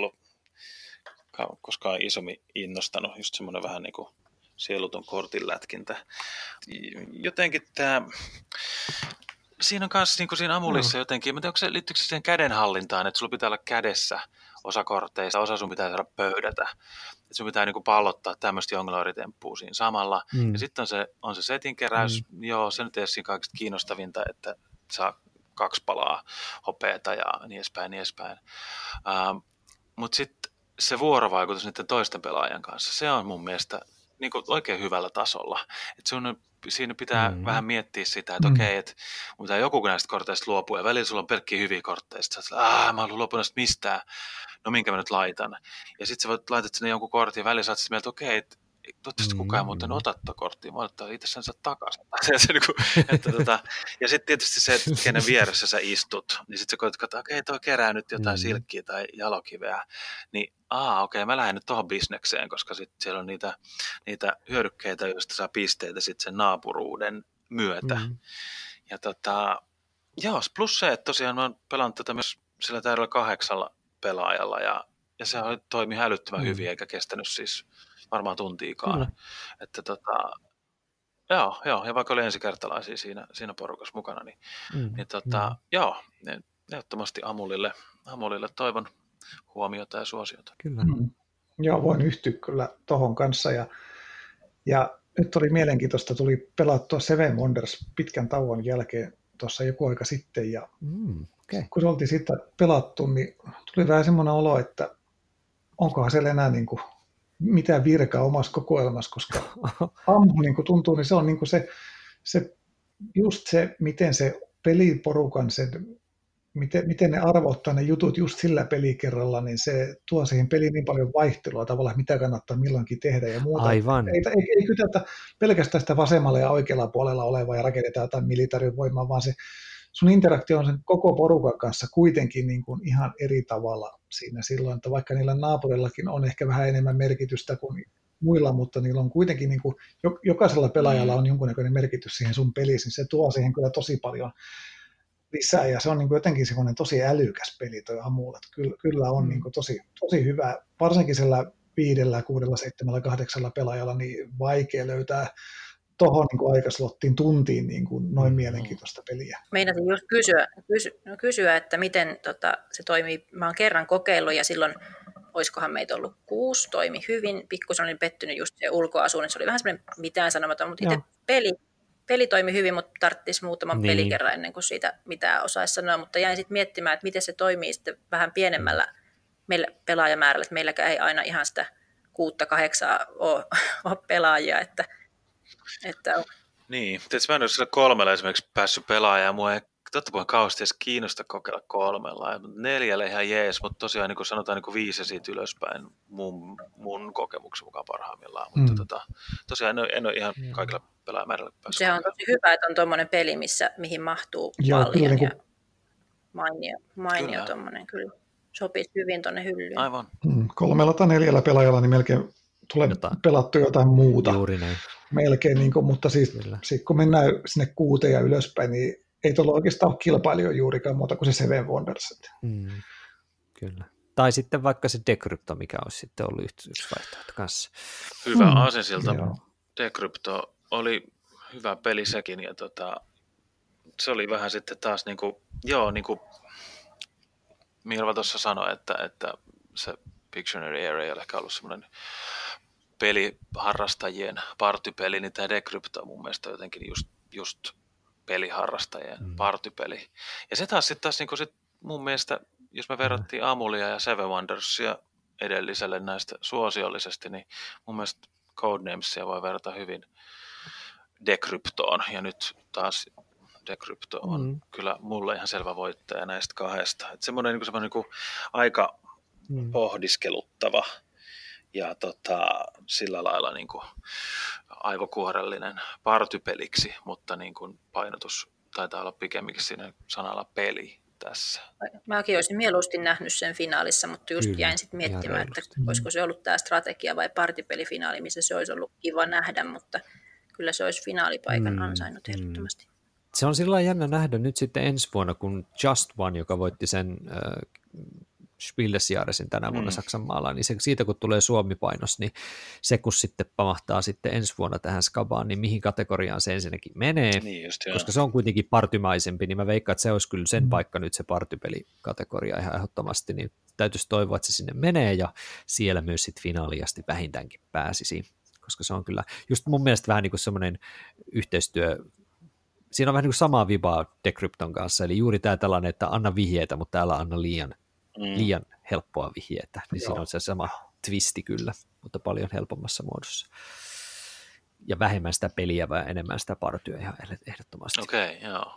koskaan isommin innostanut, just semmoinen vähän niin kuin sieluton kortinlätkintä. Jotenkin siinä on myös niin kuin siinä Amulissa jotenkin, mä en tiedä, liittyykö se siihen kädenhallintaan, että sulla pitää olla kädessä osa korteista, osa sun pitää saada pöydätä. Että sun pitää niin kuin pallottaa tämmöistä jonglooritemppua siinä samalla. Ja sitten on se setin keräys, joo, se nyt ei ole siinä kaikista kiinnostavinta, että saa 2 palaa hopeata ja niin edespäin. Mutta sitten se vuorovaikutus niiden toisten pelaajien kanssa, se on mun mielestä niin kuin oikein hyvällä tasolla. Et siinä pitää vähän miettiä sitä, että okei, että mun pitää joku näistä korteista luopua, ja välillä sulla on pelkkiä hyviä kortteja, sitten sä oot, mä haluan luopua näistä mistään, no minkä mä nyt laitan. Ja sitten sä voit laittaa sinne jonkun kortin, ja välillä sä oot sitten mieltä, okei, että toivottavasti kukaan muuten ota tuota korttia, mä otan itse sen takaisin. Ja sitten tietysti se, että kenen vieressä sä istut, niin sitten sä koetat katsoa, okei, toi kerää nyt jotain silkkiä tai jalokiveä, niin okei, mä lähden nyt tuohon bisnekseen, koska sitten siellä on niitä hyödykkeitä, joista saa pisteitä sitten sen naapuruuden myötä. Ja joo, plus se, että tosiaan mä oon pelannut tätä myös sillä täydellä 8 pelaajalla, ja se toimi älyttömän hyvin, eikä kestänyt siis varmaan tuntiikaan. Että joo, ja vaikka oli ensikertalaisia siinä porukassa mukana, niin joo, ehdottomasti Amulille toivon huomiota ja suosiota. Kyllä. Joo, voin yhtyä kyllä tohon kanssa, ja Ja nyt oli mielenkiintoista, tuli pelattua Seven Wonders pitkän tauon jälkeen tuossa joku aika sitten, ja kun se oltiin siitä pelattu, niin tuli vähän semmoinen olo, että onkohan siellä enää niin kuin mitään virkaa omassa kokoelmassa, koska ammu niin kuin tuntuu, niin se on niin kuin just se, miten se peliporukan, miten ne arvottaa ne jutut just sillä pelikerralla, niin se tuo siihen peliin niin paljon vaihtelua tavallaan, mitä kannattaa milloinkin tehdä ja muuta. Aivan. Ei kytätä pelkästään sitä vasemmalla ja oikealla puolella olevaa ja rakennetaan jotain militaarivoimaa, vaan se sun interaktio on sen koko porukan kanssa kuitenkin niin kuin ihan eri tavalla siinä silloin, että vaikka niillä naapurillakin on ehkä vähän enemmän merkitystä kuin muilla, mutta niillä on kuitenkin, niin kuin, jokaisella pelaajalla on jonkunnäköinen merkitys siihen sun peliin, niin se tuo siihen kyllä tosi paljon lisää, ja se on niin kuin jotenkin semmoinen tosi älykäs peli toi Amul, kyllä on niin kuin tosi hyvä, varsinkin sillä 5, 6, 7, 8 pelaajalla niin vaikea löytää tuohon niin aikaslottiin tuntiin niin kuin noin mielenkiintoista peliä. Meinasin just kysyä, että miten se toimii. Mä oon kerran kokeillut ja silloin, olisikohan meitä ollut 6, toimi hyvin. Pikkusen olin pettynyt just se ulkoasuun, niin se oli vähän semmoinen mitään sanomaton, mutta itse peli toimi hyvin, mutta tarvitsisi muutaman pelikerran ennen kuin siitä mitään osaisi sanoa, mutta jäin sitten miettimään, että miten se toimii sitten vähän pienemmällä pelaajamäärällä, että meilläkään ei aina ihan sitä 6-8 ole pelaajia, että Niin, tietysti mä en ole sillä 3 esimerkiksi päässyt pelaamaan, ja mua ei totta puhuen kauheasti edes kiinnosta kokeilla 3, 4 ihan jees, mutta tosiaan niin kuin sanotaan niin 5 siitä ylöspäin mun kokemuksen mukaan parhaimmillaan, mutta tosiaan en ole ihan kaikilla pelaajamäärällä päässyt. Sehän on tosi hyvä, että on tuommoinen peli, mihin mahtuu paljon ja mainio tuommoinen kyllä. Sopisi hyvin tuonne hyllyyn. Aivan. 3 tai 4 pelaajalla niin melkein tulee pelattu jotain muuta. Juuri näin. Melkein, niin kuin, mutta siis kun mennään sinne 6 ja ylöspäin, niin ei tuolla oikeastaan ole kilpailijoita juurikaan muuta kuin se Seven Wonders. Kyllä. Tai sitten vaikka se Decrypto, mikä olisi sitten ollut yksi vaihtoehto kanssa. Hyvä aasinsilta. Decrypto oli hyvä peli sekin, ja se oli vähän sitten taas niin kuin Mirva tuossa sanoi, että se Pictionary Area on ehkä ollut semmoinen peliharrastajien partypeli, niin tämä Decrypto on mun mielestä jotenkin just peliharrastajien partypeli. Ja se taas niinku mun mielestä, jos me verrattiin Amulia ja Seven Wondersia edelliselle näistä suosiollisesti, niin mun mielestä Codenamesia voi verrata hyvin Decryptoon, ja nyt taas Decrypto on kyllä mulle ihan selvä voittaja näistä 2. Että semmoinen aika pohdiskeluttava ja sillä lailla niin kuin aivokuorellinen partypeliksi, mutta niin kuin painotus taitaa olla pikemminkin siinä sanalla peli tässä. Mäkin olisin mieluusti nähnyt sen finaalissa, mutta just jäin sitten miettimään, että olisiko se ollut tämä strategia- vai partipelifinaali, missä se olisi ollut kiva nähdä, mutta kyllä se olisi finaalipaikan ansainnut ehdottomasti. Se on sillä jännä nähdä nyt sitten ensi vuonna, kun Just One, joka voitti sen Spiel des Jahresin tänä vuonna Saksan maalla, niin se, siitä kun tulee Suomi-painos, niin se kun sitten pamahtaa sitten ensi vuonna tähän skabaan, niin mihin kategoriaan se ensinnäkin menee, koska se on kuitenkin partymaisempi, niin mä veikkaan, että se olisi kyllä sen paikka nyt se partypelikategoria ihan ehdottomasti, niin täytyisi toivoa, että se sinne menee ja siellä myös sitten finaaliasti vähintäänkin pääsisi, koska se on kyllä just mun mielestä vähän niin kuin semmoinen yhteistyö. Siinä on vähän niin kuin samaa vibaa Decrypton kanssa, eli juuri tämä tällainen, että anna vihjeitä, mutta täällä anna liian helppoa vihjeitä, niin siinä on se sama twisti kyllä, mutta paljon helpommassa muodossa. Ja vähemmän sitä peliä, vai enemmän sitä partyä ihan ehdottomasti. Okei, joo.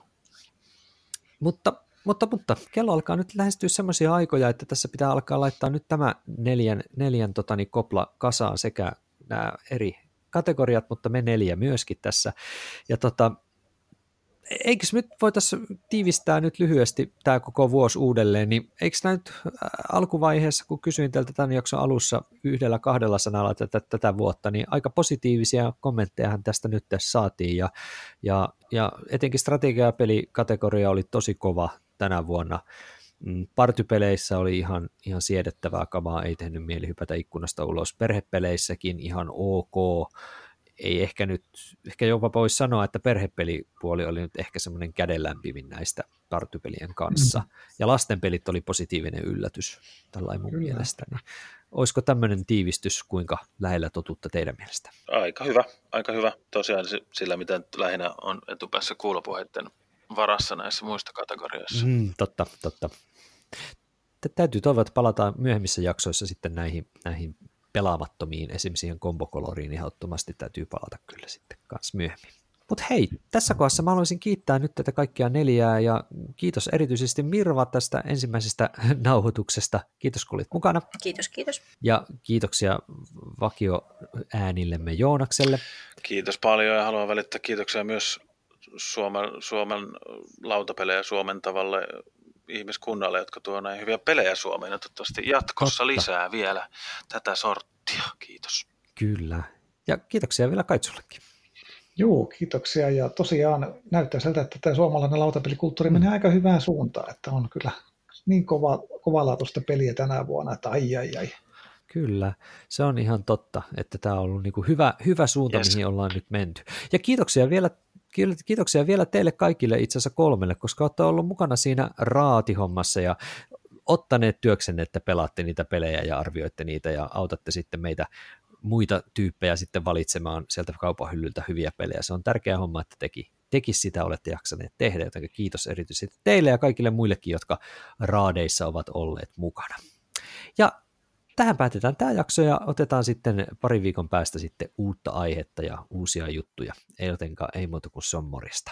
Mutta kello alkaa nyt lähestyä semmoisia aikoja, että tässä pitää alkaa laittaa nyt tämä neljän kopla kasaan sekä nämä eri kategoriat, mutta me 4 myöskin tässä. Ja eikö nyt voitaisiin tiivistää nyt lyhyesti tämä koko vuosi uudelleen, niin eikö tämä nyt alkuvaiheessa, kun kysyin teiltä tämän jakson alussa 1-2 sanalla tätä vuotta, niin aika positiivisia kommenttejahan tästä nyt tässä saatiin, ja etenkin strategia- ja pelikategoria oli tosi kova tänä vuonna. Partypeleissä oli ihan siedettävää kamaa, ei tehnyt mieli hypätä ikkunasta ulos, perhepeleissäkin ihan ok, ehkä jopa voisi sanoa, että perhepelipuoli oli nyt ehkä semmoinen kädenlämpimmin näistä karttypelien kanssa. Ja lastenpelit oli positiivinen yllätys, tällainen mun mielestä. Niin olisiko tämmöinen tiivistys kuinka lähellä totuutta teidän mielestä? Aika hyvä. Tosiaan sillä, miten lähinnä on etupäässä kuulopuheiden varassa näissä muista kategorioissa. Totta. Täytyy toivoa, että palataan myöhemmissä jaksoissa sitten näihin pelaamattomiin, esimerkiksi siihen kombokoloriin ehdottomasti täytyy palata kyllä sitten kanssa myöhemmin. Mutta hei, tässä kohdassa mä haluaisin kiittää nyt tätä kaikkia 4 ja kiitos erityisesti Mirva tästä ensimmäisestä nauhoituksesta. Kiitos kun olit mukana. Kiitos. Ja kiitoksia vakioäänillemme Joonakselle. Kiitos paljon ja haluan välittää kiitoksia myös Suomen lautapelejä suomentavalle ihmiskunnalle, jotka tuo näin hyviä pelejä Suomeen ja toivottavasti jatkossa lisää vielä tätä sorttia. Kiitos. Kyllä. Ja kiitoksia vielä Kaitsullekin. Joo, kiitoksia. Ja tosiaan näyttää siltä, että tämä suomalainen lautapelikulttuuri menee aika hyvään suuntaan, että on kyllä niin kovalaatuista peliä tänä vuonna, että ai. Kyllä, se on ihan totta, että tämä on ollut niin kuin hyvä suunta, mihin ollaan nyt menty. Ja kiitoksia vielä teille kaikille, itse asiassa 3, koska olette ollut mukana siinä raatihommassa ja ottaneet työksenne, että pelaatte niitä pelejä ja arvioitte niitä ja autatte sitten meitä muita tyyppejä sitten valitsemaan sieltä kaupan hyllyltä hyviä pelejä. Se on tärkeä homma, että tekin sitä olette jaksaneet tehdä, joten kiitos erityisesti teille ja kaikille muillekin, jotka raadeissa ovat olleet mukana. Ja tähän päätetään tämä jakso ja otetaan sitten parin viikon päästä sitten uutta aihetta ja uusia juttuja. Jotenkaan ei muuta kuin se on morjesta.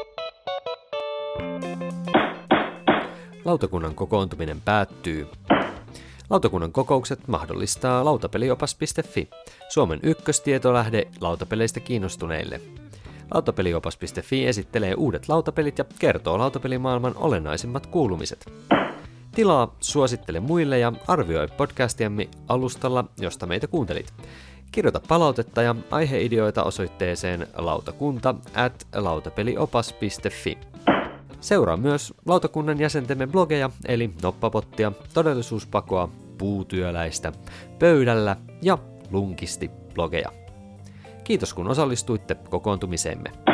Lautakunnan kokoontuminen päättyy. Lautakunnan kokoukset mahdollistaa lautapeliopas.fi, Suomen ykköstietolähde lautapeleistä kiinnostuneille. Lautapeliopas.fi esittelee uudet lautapelit ja kertoo lautapelimaailman olennaisimmat kuulumiset. Tilaa, suosittele muille ja arvioi podcastiamme alustalla, josta meitä kuuntelit. Kirjoita palautetta ja aiheideoita osoitteeseen lautakunta@lautapeliopas.fi. Seuraa myös lautakunnan jäsentemme blogeja, eli Noppapottia, Todellisuuspakoa, Puutyöläistä, Pöydällä ja Lunkisti blogeja. Kiitos kun osallistuitte kokoontumiseemme.